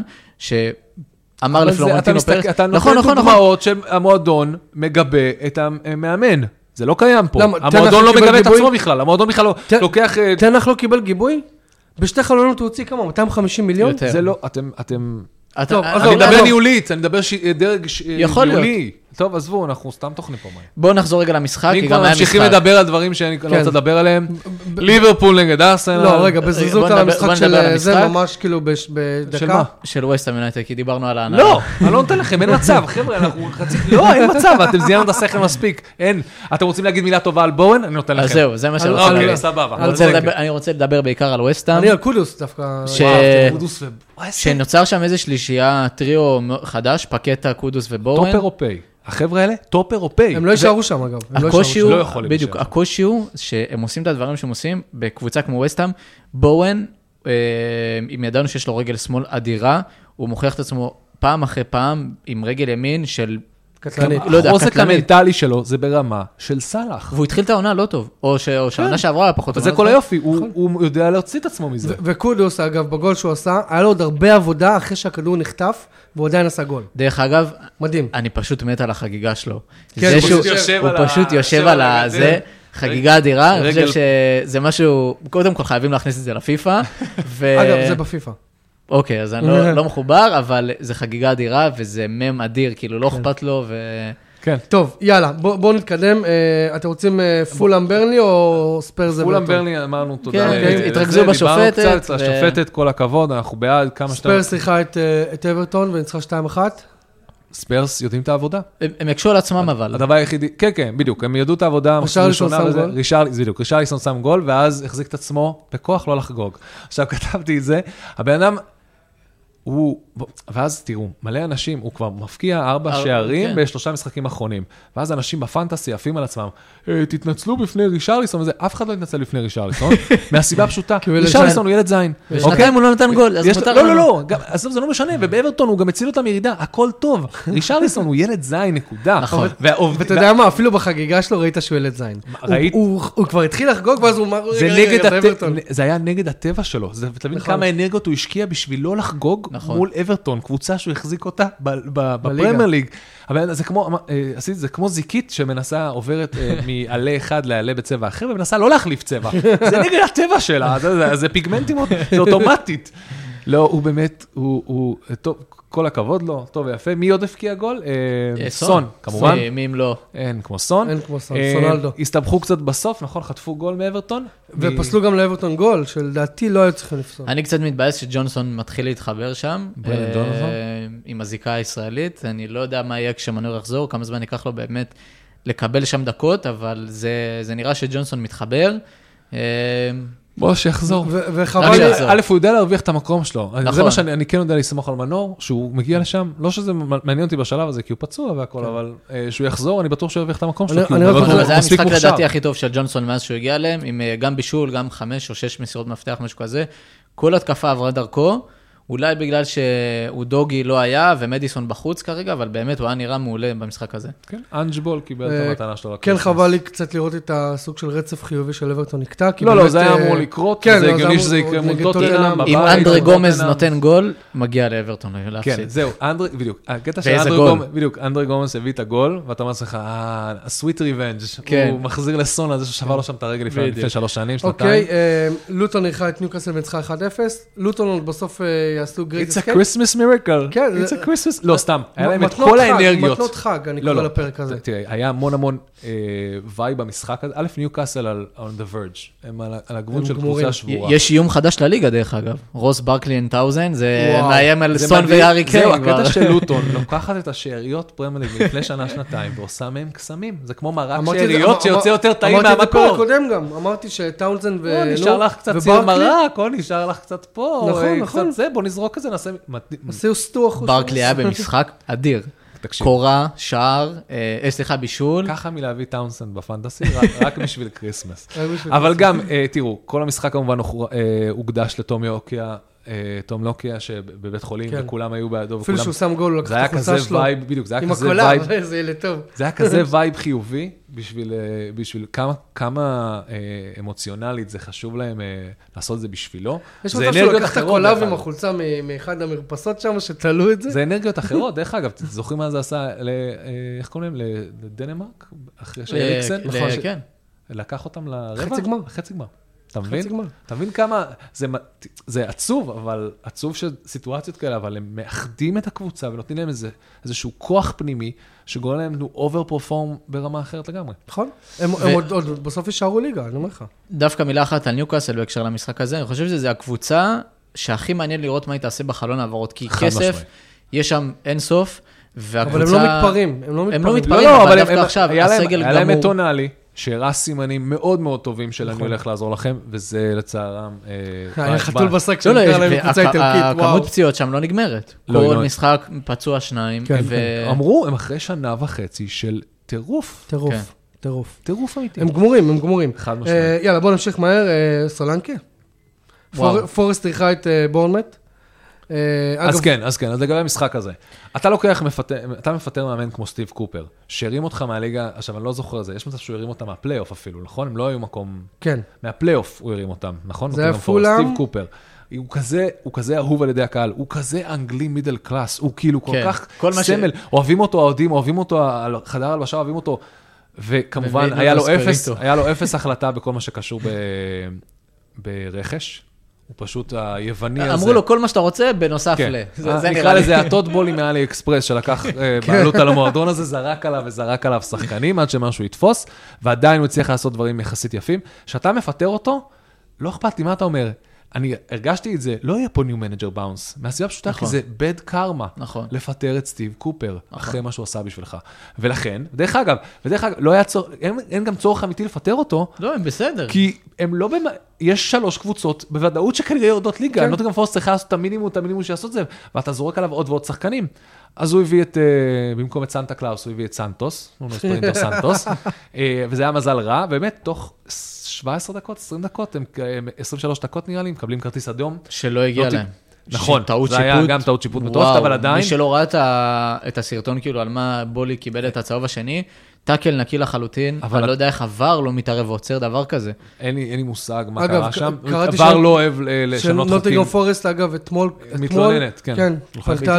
שאמר לפלורנטינו פרס. אתה נותן דוגמאות שהמועדון מגבה את המאמן. זה לא קיים פה. המועדון לא מגבה את עצמו בכלל. המועדון בכלל לא לוקח... תנח לא קיבל גיבוי? בשתי חלונות הוא הוציא כמה? 250 מיליון? זה לא, אתם... אני מדבר ניהולית, אני מדבר דרג ניהולי. טוב, עזבו, אנחנו סתם תוכנים פה. בואו נחזור רגע למשחק, כי גם ממשיכים לדבר על דברים שאני לא רוצה לדבר עליהם. ליברפול נגד ארסנל. לא, רגע, בזריזות על המשחק של זה ממש כאילו בדקה. של ווסטהאם יונייטד, כי דיברנו על הענה. לא, אני לא נותן לכם, אין מצב, חבר'ה, אנחנו חצי... לא, אין מצב, אתם זיינו את השכל מספיק. אין. אתם רוצים להגיד מילה טובה על בואן? אני נותן לכם. אז זהו, זה מה שאני רוצה. אוקיי, סבבה. אני רוצה לדבר בעיקר על ווסטהאם. אני על קודוס דווקא. שנוצר שם איזה שלישייה, טריו חדש, פקטה, קודוס ובורן. טופ אירופאי. החבר'ה האלה, טופ אירופאי. הם לא יישארו שם, אגב. בדיוק, הקושי הוא שהם עושים את הדברים שהם עושים בקבוצה כמו ווסטהאם. בורן, אם ידענו שיש לו רגל שמאל אדירה, הוא מוכיח את עצמו פעם אחרי פעם עם רגל ימין של... קטלנית. החוזק המנטלי שלו זה ברמה של סלאח. והוא התחיל את העונה לא טוב, או שהעונה שעברה פחות... וזה כל היופי, הוא יודע להוציא את עצמו מזה. וקודוס, אגב, בגול שהוא עשה, היה לו עוד הרבה עבודה אחרי שהכדור נחטף, והוא עדיין עשה גול. דרך אגב, מדהים. אני פשוט מת על החגיגה שלו. כן, הוא פשוט יושב על זה, חגיגה אדירה, אני חושב שזה משהו, קודם כל חייבים להכניס את זה לפיפה. אגב, זה בפיפה. אוקיי, אז אני לא מחובר, אבל זה חגיגה אדירה, וזה מם אדיר, כאילו לא אכפת לו, כן. טוב, יאללה, בואו נתקדם. אתם רוצים פולאם ברנלי או ספרס אברטון? פולאם ברנלי, אמרנו תודה. התרכזו בשופטת. דיברנו קצת, השופטת, כל הכבוד, אנחנו בעד כמה שאתה... ספרס צריכה את אברטון וניצחה 2-1. ספרס יודעים את העבודה. הם יקשו על עצמם אבל. הדבר היחידי, כן, בדיוק, הם ידעו את העבודה. רישרליסון שם גול. בדיוק, רישרליסון שם גול, ואז החזיק את עצמו בכוח לא לחגוג. עכשיו כתבתי את זה, הבן אדם ואז תראו, מלא אנשים, הוא כבר מפקיע 4 שערים ב3 משחקים אחרונים, ואז אנשים בפנטסי עפים על עצמם, תתנצלו בפני רישרליסון, וזה אף אחד לא יתנצל בפני רישרליסון, מהסיבה פשוטה, רישרליסון הוא ילד זין. ושנתיים הוא לא נתן גול, אז מותר לנו. לא, אז זה לא משנה, ובאברטון הוא גם הציל אותה מירידה, הכל טוב, רישרליסון הוא ילד זין, נקודה. נכון. ואתה יודע מה, אפילו בחגיגה שלו ראית שהוא ילד זין. הוא כבר התחיל לחגוג, ואז הוא אמר, זה היה נגד הטבע שלו, תבין כמה אנרגיות הוא השקיע בשביל לא לחגוג מול אברטון, קבוצה שהוא החזיק אותה בפרמייר ליג. אבל זה כמו זיקית שמנסה, עוברת מעלה אחד לעלה בצבע אחר, ומנסה לא להחליף צבע. זה נגד הטבע שלה, זה פיגמנטים, זה אוטומטית. לא, הוא באמת, הוא טוב, כל הכבוד לו, טוב ויפה. מי עוד הפקיע גול? סון, כמובן. מי אם לא? אין כמו סון. אין כמו סון, סונלדו. הסתבכו קצת בסוף, נכון? חטפו גול מאברטון. ופסלו גם לאברטון גול, שלדעתי לא היו צריכים לפסול. אני קצת מתבאס שג'ונסון מתחיל להתחבר שם. עם הזיקה הישראלית. אני לא יודע מה יהיה כשמנור יחזור, כמה זמן ייקח לו באמת לקבל שם דקות, אבל זה נראה שג'ונסון מתחבר. בוא שיחזור. וחבל לי... א', הוא יודע להרוויח את המקום שלו. זה מה שאני כן יודע לסמוך על מנור, שהוא מגיע לשם, לא שזה מעניין אותי בשלב הזה, כי הוא פצוע והכל, אבל שהוא יחזור, אני בטוח שהוא ירוויח את המקום שלו. זה המשחק לדעתי הכי טוב של ג'ונסון מאז שהוא הגיע אליהם, עם גם בישול, גם 5 או 6 מסירות מפתח, משהו כזה. כל התקפה עברה דרכו, אולי בגלל שהוא דוגי לא היה, ומדיסון בחוץ כרגע, אבל באמת הוא היה נראה מעולה במשחק הזה. כן, אנג'בול קיבל את המתנה שלו. כן, חבל לי קצת לראות את הסוג של רצף חיובי של אברטון נקטע. לא, זה היה אמור לקרות, זה הגיוני שזה יקרה מול טוטנהאם. אם אנדרי גומז נותן גול, מגיע לאברטון להפסיד. כן, זהו, בדיוק. הקטע של אנדרי גומז הביא את הגול, ואתה אומר לך, sweet revenge, הוא מחזיר לסון על זה ששבר לו שם את הרגל לפני 3 שנים, שנתיים. אוקיי, לוטון אירחה את ניוקאסל וניצחה 1-0. לוטון בסוף יעשו גרייט It's a Christmas miracle. כן. It's a Christmas... לא, סתם. היה להם את כל האנרגיות. מתנות חג, אני קורא לפרק הזה. תראה, היה המון וייב במשחק הזה. א', ניוקאסל על on the verge. הם על הגבול של קבוצה שבורה. יש איום חדש לליגה, דרך אגב. רוס ברקלי 1000, זה מאיים על סון ויארי קיין. זהו, הקטע של לוטון, לוקחת את השאריות פרמייר ליג לפני שנה-שנתיים, ועושה מהם קסמים. זה כמו מרק שאריות שיוצא יותר טעים מהמקור. אמרתי את זה פרק קודם גם. אמרתי שטאונזן נשאר לך קצת ציר מרק, או נשאר לך קצת פה, נכון. קצת זה, בוא נזרוק את זה, נעשה... עשו סטוח. ברקלי היה במשחק אדיר. קורה, שער, סליחה, בישול. ככה מלהביא טאונסנד בפנטסי, רק בשביל קריסמס. אבל גם, תראו, כל המשחק כמובן הוקדש תום לוקיה שבבית חולים, וכולם היו בעדו. אפילו שהוא שם גול, זה היה כזה וייב, בדיוק, זה היה כזה וייב. עם הקולה, זה ילד טוב. זה היה כזה וייב חיובי, בשביל כמה אמוציונלית זה חשוב להם לעשות את זה בשבילו. יש מצב שהוא לקח את הקולב עם החולצה מאחד המרפסות שם, שתלו את זה. זה אנרגיות אחרות, דרך אגב, זוכרים מה זה עשה, איך קוראים להם? לדנמרק? אחרי שאריקסן? כן. לקח אותם לרבע? חצי גמר. אתה מבין כמה, זה עצוב, אבל עצוב שסיטואציות כאלה, אבל הם מאחדים את הקבוצה ונותנים להם איזשהו כוח פנימי, שגורם להם אובר פרפורם ברמה אחרת לגמרי. נכון. הם עוד בסוף ישארו ליגה, אני אומר לך. דווקא מילה אחת על ניוקאסל בהקשר למשחק הזה, אני חושב שזה הקבוצה שהכי מעניין לראות מה היא תעשה בחלון העברות, כי כסף, יש שם אין סוף, והקבוצה... אבל הם לא מתפרים, הם לא מתפרים, אבל דווקא עכשיו, הסגל גמור. היה להם מטונלי, שהראה סימנים מאוד מאוד טובים של אני הולך לעזור לכם, וזה לצערם... היה חתול בשק שנקרא להם קבוצה איטלקית, וואו. הכמות פציעות שם לא נגמרת. כל משחק פצוע 2. אמרו, הם אחרי שנה וחצי של טירוף. טירוף אמיתי. הם גמורים. חד משמעית. יאללה, בוא נמשיך מהר. סולנקה. פורסט ריחה את בורנמט. אז לגבי המשחק הזה. אתה מפטר מאמן כמו סטיב קופר, שהרים אותך מהליגה, עכשיו אני לא זוכר את זה, יש מצב שהוא הרים אותם מהפלייאוף אפילו, נכון? הם לא היו מקום... כן. מהפלייאוף הוא הרים אותם, נכון? זה היה פולאם. סטיב קופר. הוא כזה אהוב על ידי הקהל, הוא כזה אנגלי מידל קלאס, הוא כאילו כל כך סמל, אוהבים אותו האוהדים, אוהבים אותו על חדר הלבשה, אוהבים אותו, וכמובן היה לו אפס החלטה בכל מה שקשור ברכש. הוא פשוט היווני הזה. אמרו לו כל מה שאתה רוצה בנוסף ל... נקרא לזה הטוטבולי מאלי אקספרס, שלקח בעלות על המועדון הזה, זרק עליו שחקנים עד שמשהו יתפוס, ועדיין הוא הצליח לעשות דברים יחסית יפים. שאתה מפטר אותו, לא אכפת לי מה אתה אומר. אני הרגשתי את זה, לא יהיה פה ניו מנג'ר באונס, מהסיבה פשוטה, כי זה בד קרמה, לפטר את סטיב קופר, אחרי מה שהוא עשה בשבילך. ולכן, ודרך אגב, אין גם צורך אמיתי לפטר אותו, לא, הם בסדר. כי הם לא יש 3 קבוצות, בוודאות שכנראה יורדות ליגה, נוטינגהאם פורסט צריכה לעשות את המינימום שיעשות את זה, ואתה זורק עליו עוד ועוד שחקנים. אז הוא הביא במקום את סנטה קלאוס, הוא הביא את סנטוס, וזה היה מזל רע, באמת, תוך 17 דקות, 20 דקות, 23 דקות נראה לי, מקבלים כרטיס אדום. שלא הגיע להם. נכון, זה היה גם טעות שיפוט מטורפת, אבל עדיין... מי שלא ראה את הסרטון, כאילו, על מה בולי קיבל את הצהוב השני, טאקל נקי לחלוטין, אני לא יודע איך עבר לא מתערב ועוצר דבר כזה. אין לי מושג מה קרה שם, עבר לא אוהב לשנות חוקים. נוטינגהאם פורסט, אגב, אתמול... מתלוננת, כן. פנתה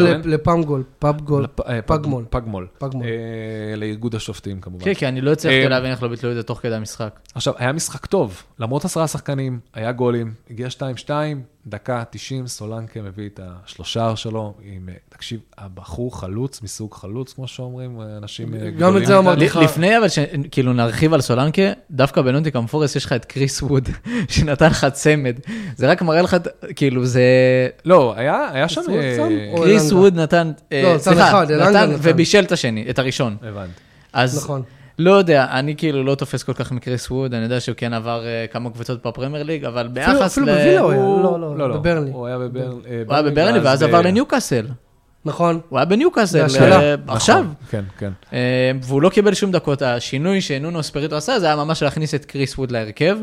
לפגמול. לאיגוד השופטים, כמובן. כן, כי אני לא הצלחתי להבין איך לא ביטלו את זה תוך כדי המשחק. עכשיו, היה משחק טוב, למרות 10 שחקנים, היה גולים, הגיע 2-2, דקה 90, סולנקה מביא את השלושה שלו, תקשיב, הבחור חלוץ, מסוג חלוץ, כמו שאומרים, אנשים גדולים. גם את זה אמרתי לך. לפני, אבל כאילו נרחיב על סולנקה, דווקא בנוטינגהאם פורסט יש לך את קריס ווד, שנתן לך צמד. זה רק מראה לך, כאילו זה... לא, היה שם... קריס ווד נתן... סליחה, נתן ובישל את השני, את הראשון. הבנתי. נכון. לא יודע, אני כאילו לא תופס כל כך מקריס ווד, אני יודע שהוא כן עבר כמה קבוצות בפרמייר ליג, אבל ביחס אפילו בווילה הוא היה, לא, בברנלי. הוא היה בברנלי, ואז עבר לניוקאסל. נכון. הוא היה בניוקאסל, עכשיו. כן, כן. והוא לא קיבל שום דקות, השינוי שנונו אספיריטו עשה, זה היה ממש להכניס את קריס ווד להרכב.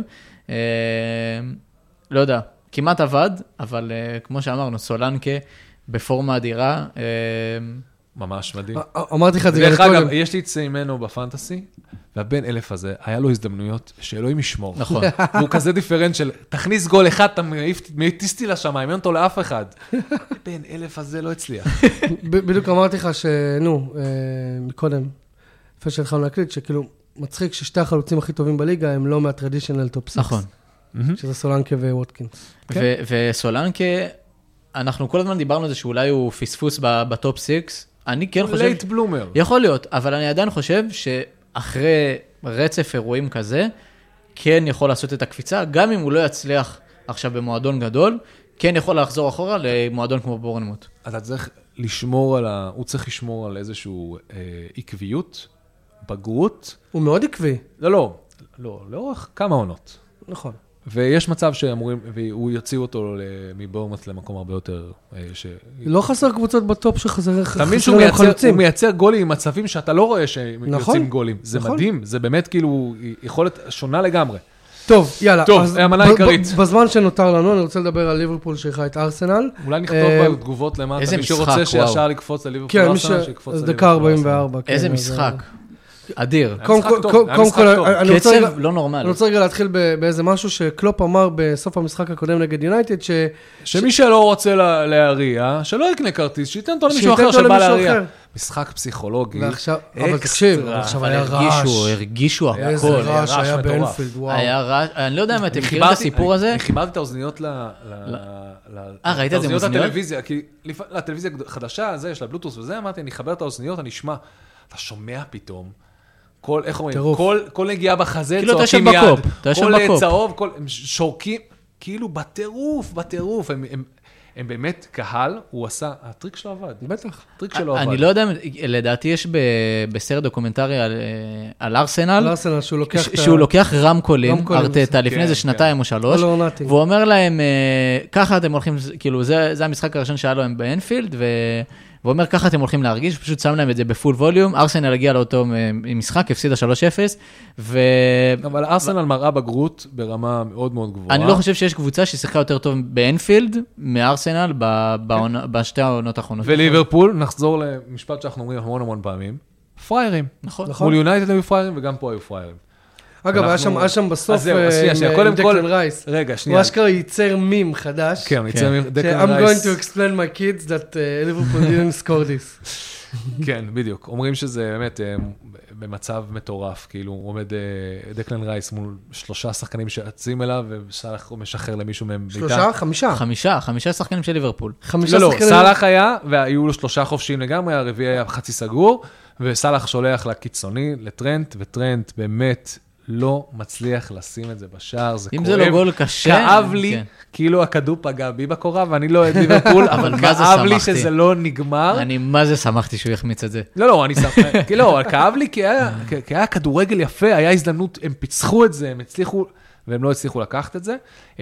לא יודע, כמעט עבד, אבל כמו שאמרנו, סולנקה בפורמה אדירה, ממש מדהים. אמרתי לך את זה גם קודם. דרך אגב, יש לי את סיימנו בפנטסי, והבן 1000 הזה, היה לו הזדמנויות שאלוהים ישמור. נכון. והוא כזה דיפרנט של, תכניס גול אחד, אתה מעיפתי לשמיים, אין אותו לאף אחד. בן 1000 הזה לא הצליח. בדיוק אמרתי לך מקודם, לפני שהתחלנו להקליט, שכאילו מצחיק ששתי החלוצים הכי טובים בליגה, הם לא מהטרדישיונל טופ 6. נכון. שזה סולנקה וווטקינס. וסולנקה, אנחנו כל הזמן דיברנו על זה שאולי הוא פספוס בטופ 6, אני כן חושב... לייט בלומר. יכול להיות, אבל אני עדיין חושב שאחרי רצף אירועים כזה, כן יכול לעשות את הקפיצה, גם אם הוא לא יצליח עכשיו במועדון גדול, כן יכול לחזור אחורה למועדון כמו בורנמוט. אתה צריך לשמור הוא צריך לשמור על איזשהו עקביות, בגרות. הוא מאוד עקבי. לא, לאורך כמה עונות. נכון. ויש מצב שאמורים, והוא יוציאו אותו מבורנמוט למקום הרבה יותר... לא חסר קבוצות בטופ שחסר... תמיד שהוא מייצר גולים עם מצבים שאתה לא רואה שהם יוצאים גולים. זה מדהים, זה באמת כאילו יכולת שונה לגמרי. טוב, יאללה. טוב, המנה העיקרית. בזמן שנותר לנו, אני רוצה לדבר על ליברפול שאיכה את ארסנל. אולי נכתוב בתגובות למטה. איזה מי משחק, שרוצה שישר לקפוץ לליברפול ארסנל, שיקפוץ אז לליברפול דקה 44. איזה משחק. אדיר. קצב לא נורמלי. אני רוצה רגע להתחיל באיזה משהו שקלופ אמר בסוף המשחק הקודם נגד יונייטד, שמי שלא רוצה להריע, שלא יקנה כרטיס, שייתן אותו למישהו אחר שבא להריע. משחק פסיכולוגי. אבל תקשיב, עכשיו היה רעש. הרגישו הכל. איזה רעש היה באנפילד, וואו. היה רעש, אני לא יודע אם אתם מכירים את הסיפור הזה. אני חיברתי את האוזניות ראית את זה עם אוזניות? לטלוויזיה, כי לטלוויזיה חדשה, יש לה בלוטוס וזה, אמרתי, אני אחבר את האוזניות, אני אשמע. אתה שומע פתאום. איך אומרים? כל נגיעה בחזה, צועקים יד. כל צהוב, הם שורקים, כאילו בטירוף. הם באמת קהל, הוא עשה, הטריק שלו עבד. בטח. הטריק שלו עבד. אני לא יודע, לדעתי יש בסרט דוקומנטרי על ארסנל, שהוא לוקח רמקולים, ארטטה, לפני זה 2 או 3, והוא אומר להם, ככה אתם הולכים, כאילו זה המשחק הראשון שהיה לו הם באנפילד, והוא אומר, ככה אתם הולכים להרגיש, פשוט שם להם את זה בפול ווליום, ארסנל הגיע לאותו משחק, הפסידה 3-0, אבל ארסנל מראה בגרות ברמה מאוד מאוד גבוהה. אני לא חושב שיש קבוצה ששיחקה יותר טוב באנפילד, מארסנל, בשתי העונות האחרונות. וליברפול, נחזור למשפט שאנחנו אומרים המון פעמים, פריירים. נכון. מול יונייטד היו פריירים, וגם פה היו פריירים. אגב, היה שם בסוף עם דקלן רייס. רגע, שנייה. הוא אשכרה ייצר מים חדש. כן, הוא ייצר מים. דקלן רייס. I'm going to explain my kids that Liverpool didn't score this. כן, בדיוק. אומרים שזה באמת במצב מטורף, כאילו הוא עומד דקלן רייס מול 3 שחקנים שעצים אליו, וסלח הוא משחרר למישהו מהם ביתה. 5 שחקנים של ליברפול. לא, סלח היה, והיו לו 3 חופשיים לגמרי, הרביעי היה חצי סגור, וסלח שולח לקיצוני, לטרנט, וטרנט באמת לא מצליח לשים את זה בשער, זה כואב. אם זה לא גול קשה. כאב לי, כאילו הכדור פגע בי בקורה, ואני לא אוהד ליברפול, אבל כאב לי שזה לא נגמר. אני מה זה שמחתי שהוא יחמיץ את זה. לא, אני שמחתי, לא, כאב לי כי היה כדורגל יפה, היה הזדמנות, הם פיצחו את זה, הם הצליחו, והם לא הצליחו לקחת את זה.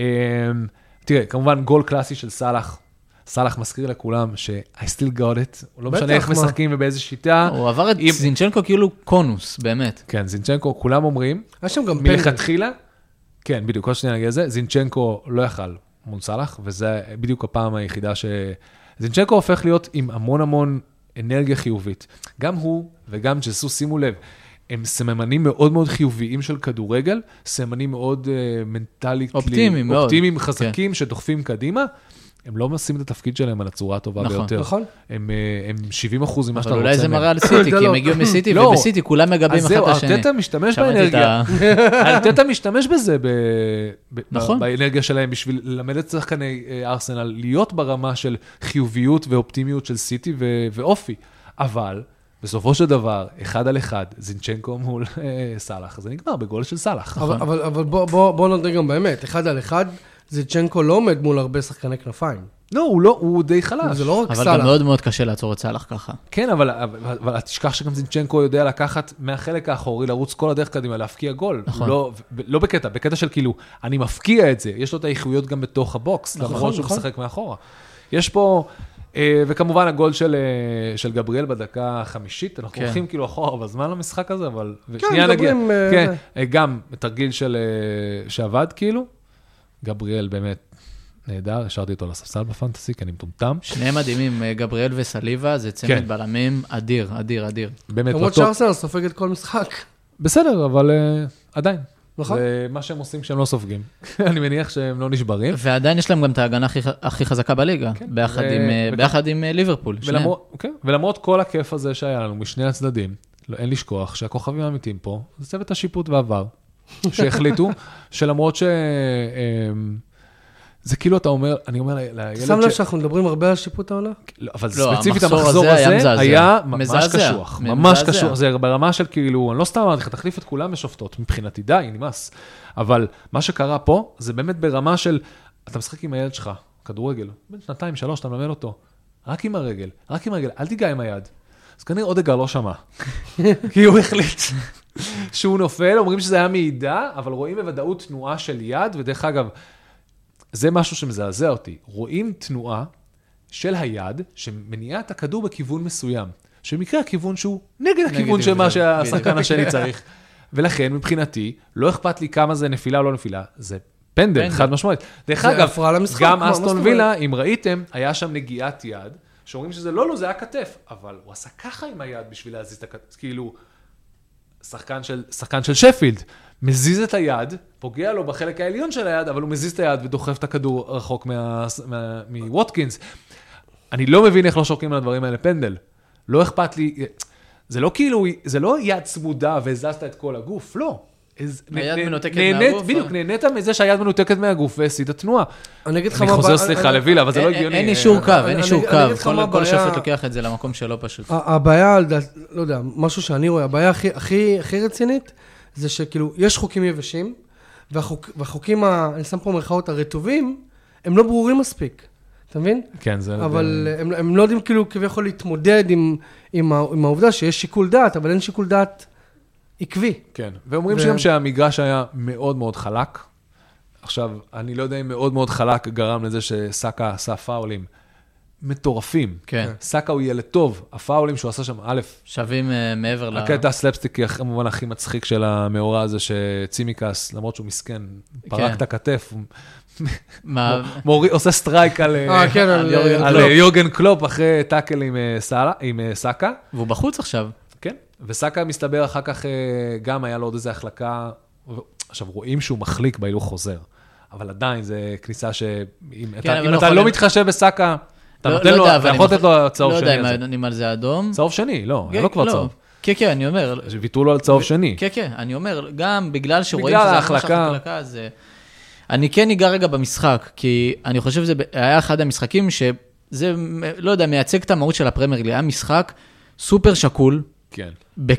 תראה, כמובן גול קלאסי של סלח מזכיר לכולם ש-I still got it, הוא לא משנה איך משחקים ובאיזה שיטה. הוא עבר את זינצ'נקו כאילו קונוס, באמת. כן, זינצ'נקו, כולם אומרים, מלכתחילה, כן, בדיוק, כל שניה נגיד את זה, זינצ'נקו לא יכל מול סלח, וזה בדיוק הפעם היחידה זינצ'נקו הופך להיות עם המון אנרגיה חיובית. גם הוא וגם ג'סוס, שימו לב, הם סממנים מאוד מאוד חיוביים של כדורגל, סממנים מאוד מנטלית, אופטימיים, חזקים, שדוחפים קדימה. הם לא עושים את התפקיד שלהם על הצורה הטובה ביותר. נכון. הם 70% ממה שאתה רוצה. אבל אולי זה מראה על סיטי, כי הם הגיעו מסיטי, ובסיטי כולם מגבים אחד את השני. אז זהו, ארטטה משתמש באנרגיה. ארטטה משתמש בזה, באנרגיה שלהם, בשביל ללמד את שחקני ארסנל, להיות ברמה של חיוביות ואופטימיות של סיטי ואופי. אבל, בסופו של דבר, 1 על 1, זינצ'נקו מול סלח, זה נגמר בגול של סלח. אבל בוא נדבר גם באמת, 1 על 1, זינצ'נקו לא עומד מול הרבה שחקני כנפיים. לא, הוא די חלש. זה לא רק סלח. אבל גם מאוד מאוד קשה לעצור את סלח ככה. כן, אבל תשכח שגם זינצ'נקו יודע לקחת מהחלק האחורי, לרוץ כל הדרך קדימה, להפקיע גול. נכון. לא בקטע של כאילו, אני מפקיע את זה, יש לו את האיכויות גם בתוך הבוקס, למרות שהוא משחק מאחורה. יש פה, וכמובן הגול של גבריאל בדקה 5, אנחנו הולכים כאילו אחורה בזמן למשחק הזה, אבל שנייה נגיע. כן, גם תרגיל שעבד כאילו, גבריאל באמת נהדר, השארתי אותו לספסל בפנטסי, כי אני מטומטם. שניהם מדהימים, גבריאל וסליבה, זה צמד בלמים אדיר. באמת למרות שארסנל סופגת כל משחק. בסדר, אבל עדיין. נכון. זה מה שהם עושים כשהם לא סופגים. אני מניח שהם לא נשברים. ועדיין יש להם גם את ההגנה הכי חזקה בליגה, ביחד עם ליברפול. ולמרות כל הכיף הזה שהיה לנו משני הצדדים, אין לשכוח שהכוכבים האמיתיים פה, זה צוות השיפוט ועבר. שהחליטו שלמרות זה כאילו אתה אומר, אני אומר לילד שם לב שאנחנו מדברים הרבה על שיפוט העונה? אבל ספציפית המחזור הזה היה ממש קשוח. ממש קשוח. זה ברמה של כאילו, אני לא סתם אמרתי לך, תחליף את כולם בשופטות. מבחינתי, די, נמאס. אבל מה שקרה פה, זה באמת ברמה של, אתה משחק עם הילד שלך, כדורגל, בין 2-3, אתה מלמד אותו. רק עם הרגל, אל תיגע עם היד. אז כנראה אודגר לא שמע. כי הוא החליט שהוא נופל, אומרים שזה היה מעידה, אבל רואים בוודאות תנועה של יד, ודרך אגב, זה משהו שמזעזע אותי. רואים תנועה של היד שמניעה את הכדור בכיוון מסוים. שבמקרה הכיוון שהוא נגד הכיוון של מה שהשחקן השני צריך. ולכן, מבחינתי, לא אכפת לי כמה זה נפילה או לא נפילה. זה פנדל, חד משמעית. דרך אגב, גם אסטון וילה, אם ראיתם, היה שם נגיעת יד, שאומרים שזה לא, זה היה כתף. אבל הוא עשה ככה עם היד בשביל להזיז את הכתף. כאילו, שחקן של שפילד. מזיז את היד, פוגע לו בחלק העליון של היד, אבל הוא מזיז את היד ודוחף את הכדור רחוק מווטקינס. אני לא מבין איך לא שורקים על הדברים האלה פנדל. לא אכפת לי, זה לא כאילו, זה לא יד צמודה והזזת את כל הגוף, לא. היד מנותקת מהגוף. בדיוק, נהנית מזה שהיד מנותקת מהגוף ועשית תנועה. אני חוזר סליחה לווילה, אבל זה לא הגיוני. אין אישור קו, כל שופט לוקח את זה למקום שלו פשוט. הבעיה, לא יודע, משהו שאני רואה, הבעיה הכי רצינית, זה שכאילו, יש חוקים יבשים, והחוקים, אני שם פה מרכאות הרטובים, הם לא ברורים מספיק. אתה מבין? כן, זה... אבל הם לא יודעים כאילו כביכול להתמודד עם העובדה שיש שיקול דעת, אבל אין שיקול דעת עקבי. כן, ואומרים שגם שהמגרש היה מאוד מאוד חלק. עכשיו, אני לא יודע אם מאוד מאוד חלק גרם לזה שסאקה עשה פאולים מטורפים. כן. סאקה הוא ילד טוב, הפאולים שהוא עשה שם, א', שווים מעבר הקטע הסלפסטיקי, כמובן הכי מצחיק של המאורע הזה, שצימיקס, למרות שהוא מסכן, פרק את הכתף, עושה סטרייק על יורגן קלופ, אחרי טאקל עם סאקה. והוא בחוץ עכשיו. כן, וסאקה מסתבר אחר כך גם היה לו עוד איזו החלקה, עכשיו רואים שהוא מחליק בהילוך חוזר, אבל עדיין זה כניסה שאם אתה לא מתחשב בסאקה, אתה נותן לו, אתה יכול לתת לו צהוב שני. לא יודע אם נותנים על זה אדום. צהוב שני, לא, אין לו כבר צהוב. כן, אני אומר. ויתרו לו על צהוב שני. כן, אני אומר, גם בגלל שרואים שזה החלקה, אני כן ניגע רגע במשחק, כי אני חושב שזה היה אחד המשחקים שזה, לא יודע, מייצג את המהות של הפרמייר ליג, היה משחק סופר שקול, כן.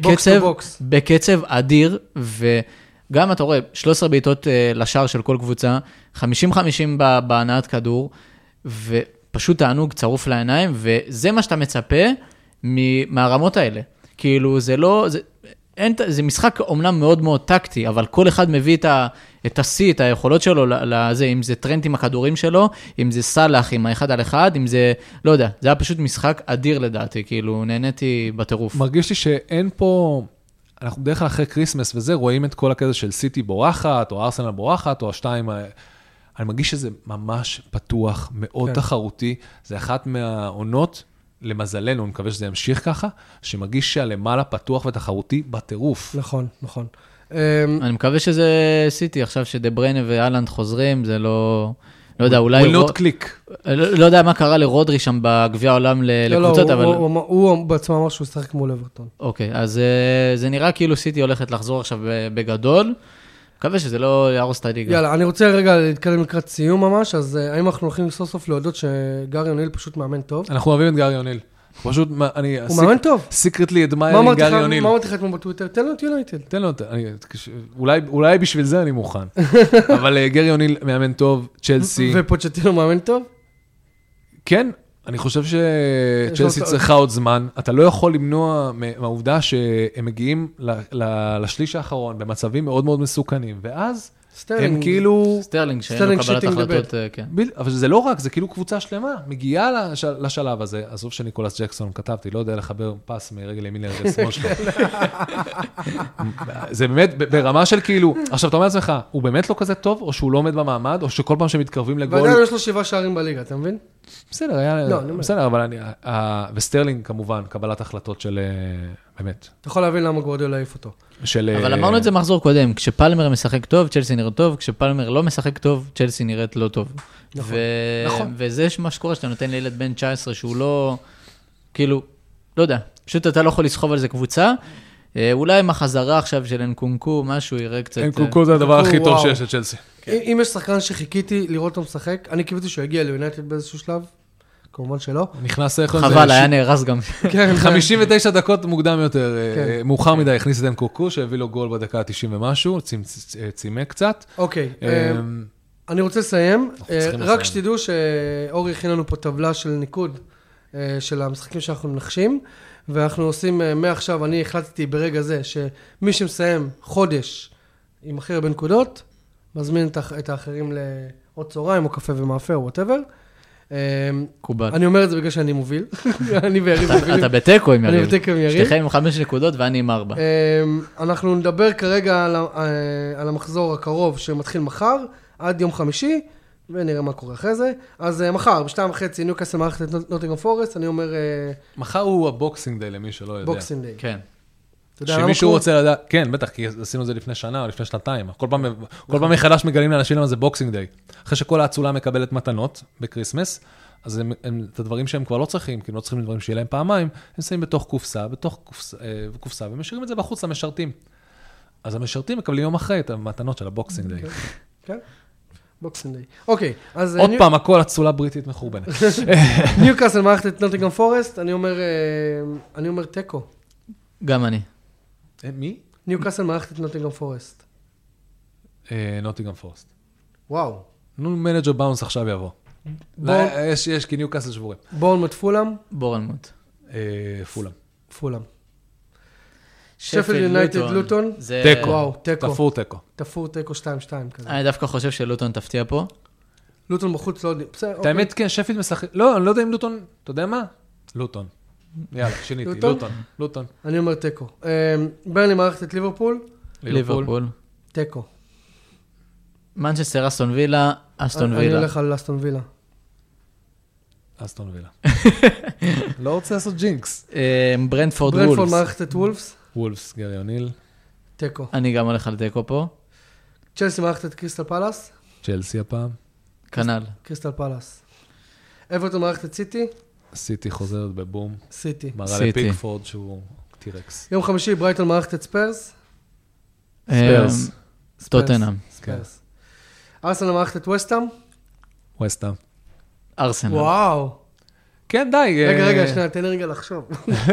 בקצב אדיר, וגם אתה רואה, 13 בעיטות לשער של כל קבוצה, 50-50 בהנעת כדור, ופשוט תענוג צרוף לעיניים, וזה מה שאתה מצפה מהרמות האלה. כאילו, זה לא, זה משחק אומנם מאוד מאוד טקטי, אבל כל אחד מביא את השיא, את היכולות שלו לזה, אם זה טרנט עם הכדורים שלו, אם זה סלח עם האחד על אחד, אם זה, לא יודע, זה היה פשוט משחק אדיר לדעתי, כאילו נהניתי בטירוף. מרגיש לי שאין פה, אנחנו בדרך כלל אחרי קריסמס וזה, רואים את כל הקטע של סיטי בורחת, או ארסנל בורחת, או השתיים, אני מרגיש שזה ממש פתוח, מאוד תחרותי, זה אחת מהעונות, למזלנו, אני מקווה שזה ימשיך ככה, שמרגיש שהלמעלה פתוח ותחרותי בטירוף. נכון. אני מקווה שזה סיטי, עכשיו שדה בריינה ואלנד חוזרים, זה לא יודע, אולי... will not click. לא יודע מה קרה לרודרי שם בגביע העולם לקבוצות, אבל... הוא בעצם אמר שהוא שחק כמו לברטון. אוקיי, אז זה נראה כאילו סיטי הולכת לחזור עכשיו בגדול, מקווה שזה לא יהרוס את הליגה. יאללה, אני רוצה רגע להתקדם לקראת סיום ממש, אז האם אנחנו הולכים סוף סוף להודות שגארי אוניל פשוט מאמן טוב? אנחנו אוהבים את גארי אוניל. פשוט, הוא מאמן טוב. סיקרטלי אדמייר עם גארי אוניל. מה אמרתי לך אתמול בטוויטר? תן לו את יונייטד. תן לו, אולי בשביל זה אני מוכן. אבל גארי אוניל מאמן טוב, צ'לסי. ופוצ'טינו מאמן טוב? כן, אני חושב שצ'לסי צריכה עוד זמן. אתה לא יכול למנוע מהעובדה שהם מגיעים לשליש האחרון במצבים מאוד מאוד מסוכנים, ואז הם כאילו... סטרלינג, שאין לו קבלת החלטות, כן. אבל זה לא רק, זה כאילו קבוצה שלמה, מגיעה לשלב הזה, עזוב שניקולס ג'קסון כתבתי, לא יודע לחבר פס מרגל ימין לרגל שמאל שלו. זה באמת ברמה של כאילו, עכשיו אתה אומר לעצמך, הוא באמת לא כזה טוב, או שהוא לא עומד במעמד, או שכל פעם שמתקרבים לגול... ועדיין יש לו 7 שערים בליגה, אתה מבין? בסדר, אבל וסטרלינג כמובן, קבלת החלטות של... באמת. אתה יכול להבין למה גוארדיולה העיף אותו. אבל אמרנו את זה מחזור קודם, כשפלמר משחק טוב, צ'לסי נראית טוב, כשפלמר לא משחק טוב, צ'לסי נראית לא טוב. נכון. וזה מה שקורה, שאתה נותן לילד בן 19, שהוא לא, כאילו, לא יודע, פשוט אתה לא יכול לסחוב על זה קבוצה, אולי עם החזרה עכשיו של אנקונקו, משהו יראה קצת... אנקונקו זה הדבר הכי טוב שיש לצ'לסי. אם יש שחקן שחיכיתי לראות אותו משחק, אני קיוויתי שהוא יגיע ליונייטד באיזשהו שלב, כמובן שלא. נכנס חבל, היה נהרס גם. 59 דקות מוקדם יותר, מאוחר מדי, הכניס את דן קוקו, שהביא לו גול בדקה 90 ומשהו, צימק קצת. אוקיי, אני רוצה לסיים, רק שתדעו שאורי הכין לנו פה טבלה של ניקוד של המשחקים שאנחנו מנחשים, ואנחנו עושים מעכשיו, אני החלטתי ברגע זה, שמי שמסיים חודש עם הכי הרבה נקודות, מזמין את האחרים לעוד צהריים, או קפה ומאפה, או whatever. קובל. אני אומר את זה בגלל שאני מוביל. אני ויריב מובילים. אתה בטקו עם יריב. אני בטקו עם יריב. שתיכם עם 5 נקודות ואני עם 4. אנחנו נדבר כרגע על המחזור הקרוב שמתחיל מחר, עד יום חמישי, ונראה מה קורה אחרי זה. אז מחר, ב-2:30, ניוקאסל מערכת את נוטינגהאם פורסט, אני אומר... מחר הוא הבוקסינג דיי למי שלא יודע. בוקסינג דיי. כן. שמישהו רוצה לדעת, כן, בטח, כי עשינו את זה לפני שנה או לפני שנתיים. כל פעם מחדש מגלים לאנשים למה זה בוקסינג דיי. אחרי שכל האצולה מקבלת מתנות בקריסמס, אז את הדברים שהם כבר לא צריכים, כי הם לא צריכים דברים שיהיה להם פעמיים, הם שמים בתוך קופסה, ומשאירים את זה בחוץ למשרתים. אז המשרתים מקבלים יום אחרי את המתנות של הבוקסינג דיי. כן, בוקסינג דיי. אוקיי, אז... עוד פעם, הכל אצולה בריטית מחורבנת. ניוקאסל מערכת את נוטינגהאם פורסט, אני אומר תיקו. גם אני. מי? ניוקאסל מערכת את נוטינגהאם פורסט. נוטינגהאם פורסט. וואו. נו, מנג'ר באונס עכשיו יבוא. יש כי ניוקאסל שבורים. בורנמוט פולאם. בורנמוט. פולאם. שפילד יונייטד לוטון. תיקו. וואו, תיקו. תפור תיקו 2-2 כזה. אני דווקא חושב שלוטון תפתיע פה. לוטון בחוץ לא יודעים. את האמת, כן, שפילד משחק... לא, אני לא יודע אם לוטון... אתה יודע מה? לוטון. יאללה, שיניתי. לוטון. אני אומר תיקו. ברנלי מערכת את ליברפול. ליברפול. תיקו. מנצ'סטר, אסטון וילה, אסטון וילה. אני הולך על אסטון וילה. אסטון וילה. לא רוצה לעשות ג'ינקס. ברנטפורד וולפס. ברנטפורד מערכת את וולפס. וולפס, גרי אוניל. תיקו. אני גם הולך על תיקו פה. צ'לסי מערכת את קריסטל פלאס. צ'לסי הפעם. כנ"ל. קריסטל פלאס. אברטון מערכת את סיטי. סיטי חוזרת בבום. סיטי. מראה לפיקפורד שהוא טירקס. יום חמישי ברייטון מערכת את ספרס. ספרס. טוטנהאם. ספרס. ארסנל מערכת את וסטהאם. וסטהאם. ארסנל. וואו. כן, די. רגע, שנייה, תן לי רגע לחשוב.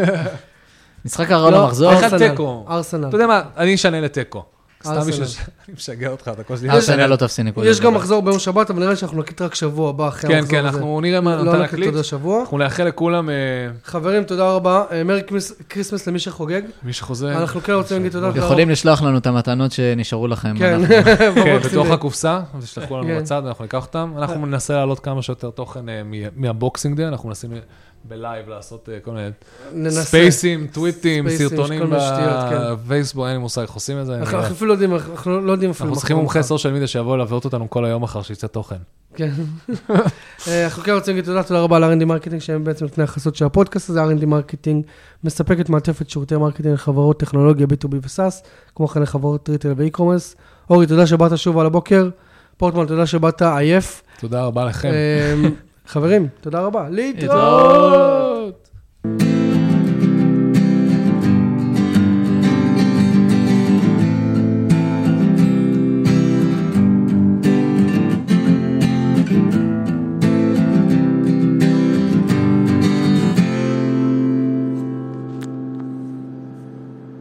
משחק הרעיון למחזור. ארסנל. אתה יודע מה, אני אשנה לתיקו. סתם בשביל אני משגע אותך, אתה כל שלי. ארסנל לא תפסי נקודה. יש גם מחזור ביום שבת, אבל נראה שאנחנו נקליט רק שבוע הבא אחרי המחזור הזה. כן, אנחנו נראה מה נתן להקליט. אנחנו נאחל לכולם... חברים, תודה רבה. מרי קריסמס למי שחוגג. מי שחוזר. אנחנו כן רוצים להגיד תודה. יכולים לשלוח לנו את המתנות שנשארו לכם. כן, בתוך הקופסה, תשלחו לנו בצד, אנחנו ניקח אותם. אנחנו ננסה לעלות כמה שיותר תוכן מהבוקסינג דיי, אנחנו נסים בלייב לעשות כל מיני ספייסים, טוויטים, סרטונים בפייסבוק, אין לי מושג, איך עושים את זה. אנחנו אפילו לא יודעים, אנחנו לא יודעים אפילו. אנחנו צריכים מומחה סושיאל מדיה שיבוא ללוות אותנו כל היום אחר שיצא תוכן. כן. אנחנו כן רוצים להגיד תודה רבה ל-R&D מרקטינג, שהם בעצם לפני החסות של הפודקאסט הזה. R&D מרקטינג מספקת מעטפת שירותי מרקטינג לחברות טכנולוגיה B2B וסאס, כמו כן לחברות ריטייל ואי-קומרס. אורי, תודה שבאת שוב על הבוקר. פורטמן, תודה שבאת עייף. תודה רבה לכם. חברים, תודה רבה. להתראות.